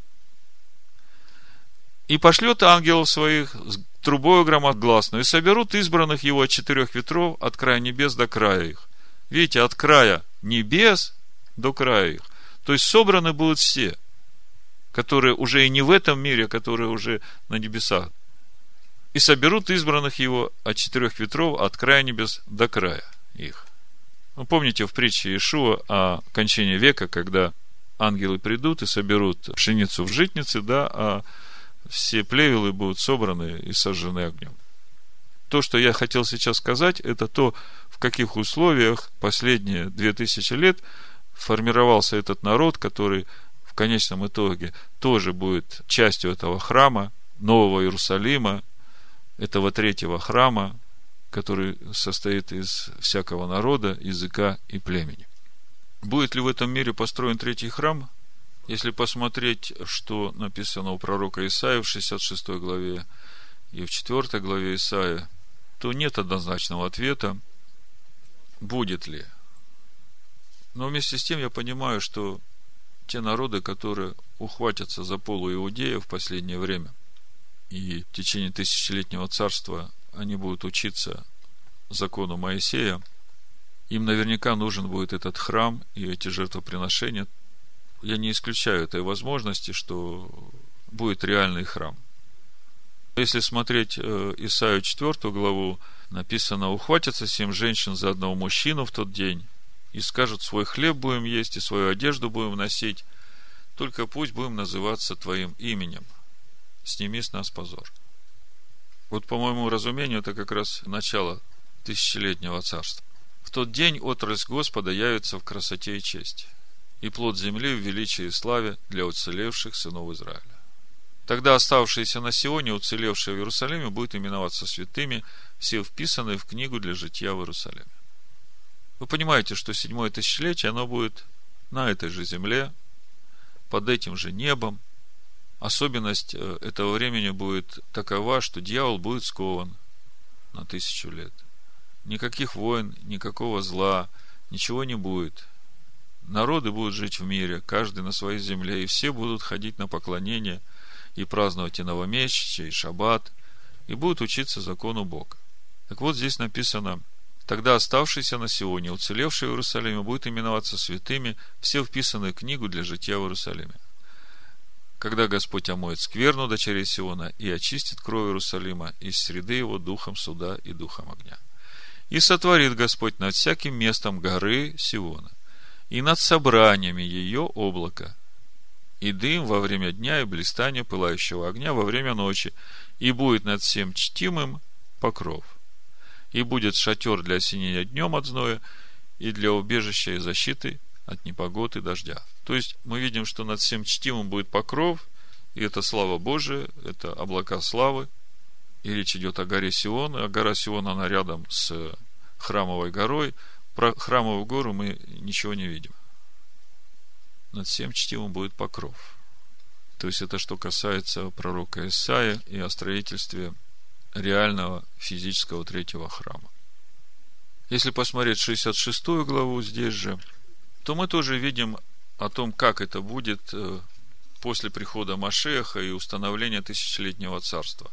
И пошлет ангелов своих с трубою громогласную, и соберут избранных его от четырех ветров, от края небес до края их. Видите, от края небес до края их. То есть собраны будут все, которые уже и не в этом мире, которые уже на небесах. И соберут избранных его от четырех ветров, от края небес до края их. Вы помните в притче Иешуа о кончине века, когда ангелы придут и соберут пшеницу в житнице, да, а все плевелы будут собраны и сожжены огнем. То, что я хотел сейчас сказать, это то, в каких условиях последние две тысячи лет формировался этот народ, который в конечном итоге тоже будет частью этого храма, Нового Иерусалима, этого третьего храма, который состоит из всякого народа, языка и племени. Будет ли в этом мире построен третий храм? Если посмотреть, что написано у пророка Исаии в шестьдесят шестой главе и в четвёртой главе Исаии, то нет однозначного ответа, будет ли. Но вместе с тем я понимаю, что те народы, которые ухватятся за полу Иудея в последнее время, и в течение тысячелетнего царства они будут учиться закону Моисея, им наверняка нужен будет этот храм и эти жертвоприношения. Я не исключаю этой возможности, что будет реальный храм. Если смотреть Исаию четвёртую главу, написано: ухватятся семь женщин за одного мужчину в тот день и скажут: свой хлеб будем есть и свою одежду будем носить, только пусть будем называться твоим именем, сними с нас позор. Вот, по моему разумению, это как раз начало тысячелетнего царства. В тот день отрасль Господа явится в красоте и чести, и плод земли в величии и славе для уцелевших сынов Израиля. Тогда оставшиеся на Сионе, уцелевшие в Иерусалиме, будут именоваться святыми, все вписанные в книгу для житья в Иерусалиме. Вы понимаете, что седьмое тысячелетие, оно будет на этой же земле, под этим же небом. Особенность этого времени будет такова, что дьявол будет скован на тысячу лет. Никаких войн, никакого зла, ничего не будет. Народы будут жить в мире, каждый на своей земле, и все будут ходить на поклонение и праздновать и новомесячие, и шаббат, и будут учиться закону Бога. Так вот, здесь написано: тогда оставшиеся на Сионе, уцелевшие в Иерусалиме, будут именоваться святыми, все вписанные в книгу для жития в Иерусалиме. Когда Господь омоет скверну дочерей Сиона и очистит кровь Иерусалима из среды его духом суда и духом огня. И сотворит Господь над всяким местом горы Сиона, и над собраниями ее облако, и дым во время дня, и блистание пылающего огня во время ночи, и будет над всем чтимым покров. И будет шатер для осенения днем от зноя, и для убежища и защиты от непогод и дождя. То есть мы видим, что над всем чтимым будет покров, и это слава Божия, это облака славы. И речь идет о горе Сион, а гора Сион, она рядом с храмовой горой. Про храмовую гору мы ничего не видим. Над всем чтимым будет покров. То есть это что касается пророка Исаии и о строительстве реального физического третьего храма. Если посмотреть шестьдесят шестую главу здесь же, то мы тоже видим о том, как это будет после прихода Машиаха и установления тысячелетнего царства.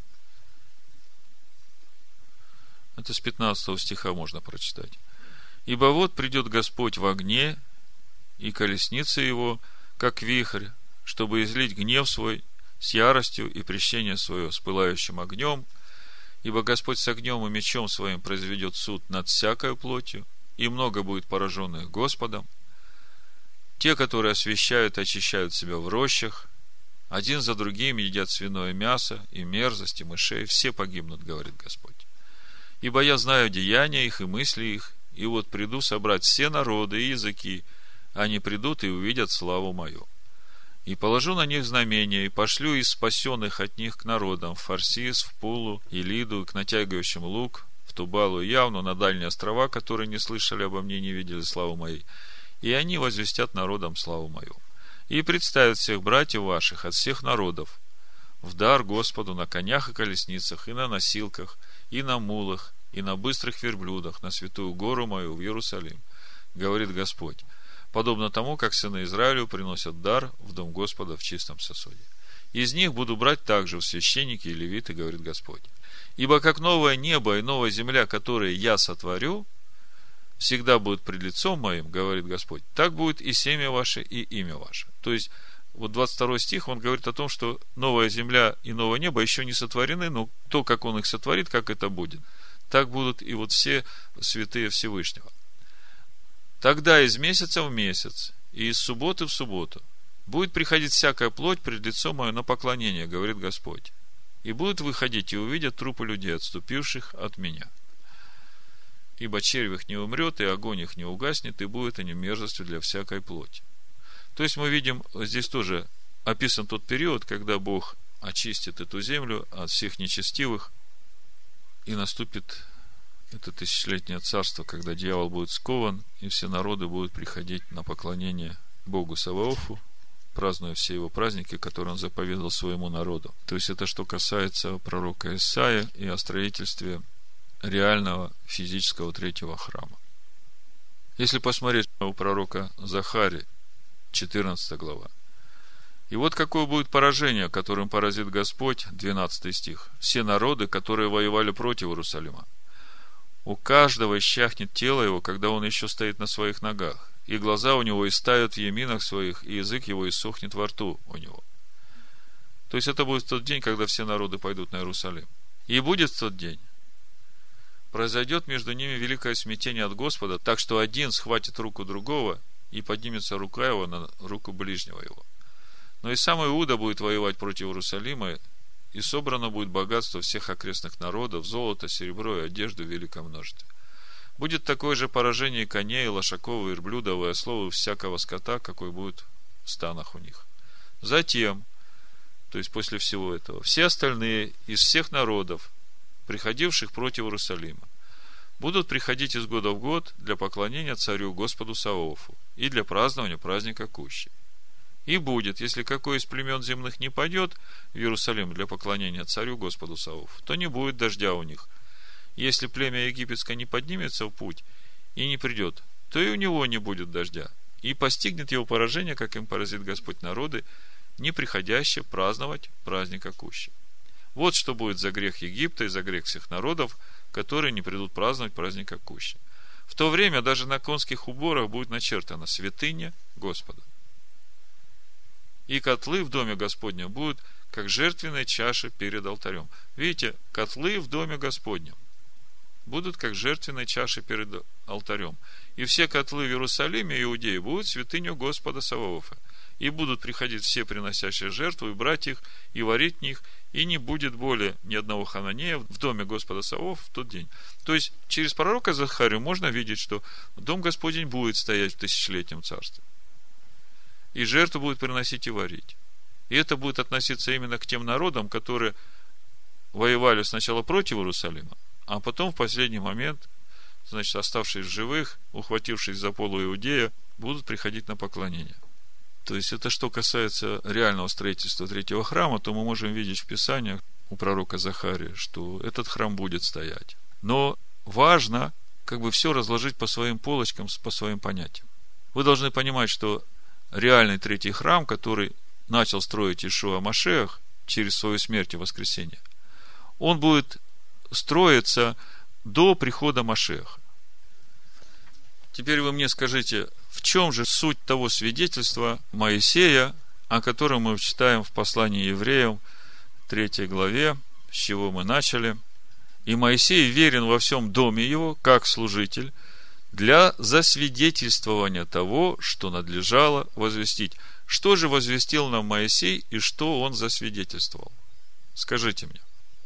Это с пятнадцатого стиха можно прочитать. «Ибо вот придет Господь в огне, и колесница его, как вихрь, чтобы излить гнев свой с яростью и прещение свое с пылающим огнем, ибо Господь с огнем и мечом своим произведет суд над всякою плотью, и много будет пораженных Господом. Те, которые освящают и очищают себя в рощах, один за другим едят свиное мясо и мерзость, и мышей, все погибнут, говорит Господь. Ибо я знаю деяния их и мысли их, и вот приду собрать все народы и языки, они придут и увидят славу мою. И положу на них знамения, и пошлю из спасенных от них к народам, в Фарсис, в Пулу, и Лиду, к натягивающим лук, в Тубалу и Явну, на дальние острова, которые не слышали обо мне, не видели славу моей. И они возвестят народам славу мою. И представят всех братьев ваших от всех народов в дар Господу на конях и колесницах, и на носилках, и на мулах, и на быстрых верблюдах, на святую гору мою в Иерусалим, говорит Господь, подобно тому, как сыны Израилю приносят дар в дом Господа в чистом сосуде. Из них буду брать также в священники и левиты, говорит Господь. Ибо как новое небо и новая земля, которые я сотворю, всегда будут пред лицом моим, говорит Господь, так будет и семя ваше, и имя ваше. То есть, вот двадцать второй стих, он говорит о том, что новая земля и новое небо еще не сотворены, но то, как он их сотворит, как это будет, так будут и вот все святые Всевышнего. Тогда из месяца в месяц и из субботы в субботу будет приходить всякая плоть пред лицом мое на поклонение, говорит Господь. И будут выходить и увидят трупы людей, отступивших от меня. Ибо червь их не умрет, и огонь их не угаснет, и будет они мерзостью для всякой плоти. То есть мы видим, здесь тоже описан тот период, когда Бог очистит эту землю от всех нечестивых, и наступит это тысячелетнее царство, когда дьявол будет скован, и все народы будут приходить на поклонение Богу Саваофу, празднуя все его праздники, которые он заповедал своему народу. То есть это что касается пророка Исаии и о строительстве реального физического третьего храма. Если посмотреть у пророка Захарии, четырнадцатая глава. И вот какое будет поражение, которым поразит Господь, двенадцатый стих. Все народы, которые воевали против Иерусалима. У каждого исчахнет тело его, когда он еще стоит на своих ногах, и глаза у него истают в еминах своих, и язык его иссохнет во рту у него. То есть это будет в тот день, когда все народы пойдут на Иерусалим. И будет в тот день, произойдет между ними великое смятение от Господа, так что один схватит руку другого, и поднимется рука его на руку ближнего его. Но и сам Иуда будет воевать против Иерусалима, и собрано будет богатство всех окрестных народов, золото, серебро и одежду в великом множестве. Будет такое же поражение коней, лошаков, верблюдов и ослов, и всякого скота, какой будет в станах у них. Затем, то есть после всего этого, все остальные из всех народов, приходивших против Иерусалима, будут приходить из года в год для поклонения царю Господу Саваофу и для празднования праздника Кущи. И будет, если какой из племен земных не пойдет в Иерусалим для поклонения царю Господу Саваофу, то не будет дождя у них. Если племя египетское не поднимется в путь и не придет, то и у него не будет дождя. И постигнет его поражение, как им поразит Господь народы, не приходящие праздновать праздника Кущи. Вот что будет за грех Египта и за грех всех народов, которые не придут праздновать праздника Кущи. В то время даже на конских уборах будет начертано святыня Господа. И котлы в доме Господнем будут, как жертвенные чаши перед алтарем. Видите, котлы в доме Господнем будут, как жертвенные чаши перед алтарем. И все котлы в Иерусалиме и Иудее будут святыню Господа Саваофа. И будут приходить все приносящие жертву, и брать их, и варить в них, и не будет более ни одного хананея в доме Господа Саваофа в тот день. То есть, через пророка Захарию можно видеть, что дом Господень будет стоять в тысячелетнем царстве. И жертву будет приносить и варить. И это будет относиться именно к тем народам, которые воевали сначала против Иерусалима, а потом в последний момент, значит, оставшись в живых, ухватившись за полу Иудея, будут приходить на поклонение. То есть, это что касается реального строительства третьего храма, то мы можем видеть в Писаниях у пророка Захария, что этот храм будет стоять. Но важно, как бы, все разложить по своим полочкам, по своим понятиям. Вы должны понимать, что реальный третий храм, который начал строить Иешуа Машиах через свою смерть и воскресение, он будет строиться до прихода Машиаха. Теперь вы мне скажите, в чем же суть того свидетельства Моисея, о котором мы читаем в послании евреям, третьей главе, с чего мы начали. И Моисей верен во всем доме его, как служитель, для засвидетельствования того, что надлежало возвестить. Что же возвестил нам Моисей и что он засвидетельствовал? Скажите мне.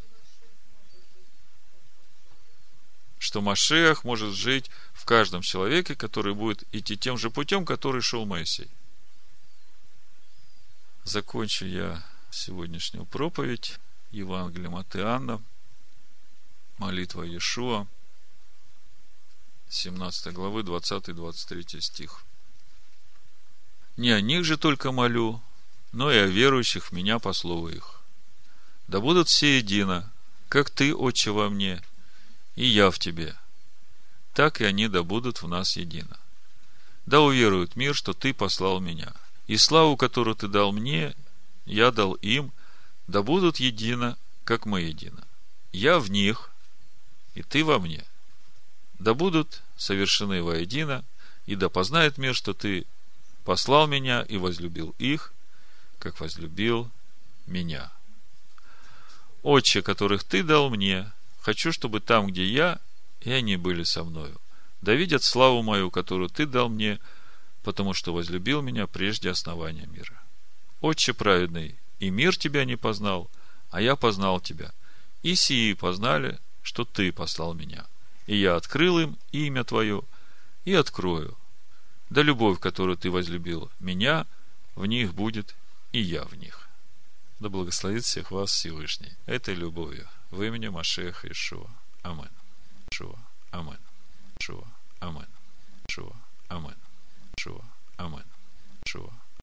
Что Машиах может жить в каждом человеке, который будет идти тем же путем, который шел Моисей. Закончу я сегодняшнюю проповедь Евангелием от Иоанна, молитва Иешуа, семнадцатой главы, двадцатый-двадцать третий стих. Не о них же только молю, но и о верующих в меня по слову их. Да будут все едино, как ты, Отче, во мне, и я в тебе, так и они да будут в нас едино. Да уверует мир, что ты послал меня, и славу, которую ты дал мне, я дал им, да будут едино, как мы едино. Я в них, и ты во мне. Да будут совершены воедино, и да познает мир, что ты послал меня и возлюбил их, как возлюбил меня. Отче, которых ты дал мне, хочу, чтобы там, где я, и они были со мною. Да видят славу мою, которую ты дал мне, потому что возлюбил меня прежде основания мира. Отче праведный, и мир тебя не познал, а я познал тебя. И сии познали, что ты послал меня. И я открыл им имя твое, и открою. Да любовь, которую ты возлюбил меня, в них будет, и я в них. Да благословит всех вас Всевышний этой любовью в имени Машиаха Иешуа. Амин. Иешуа. Амин. Иешуа. Амин.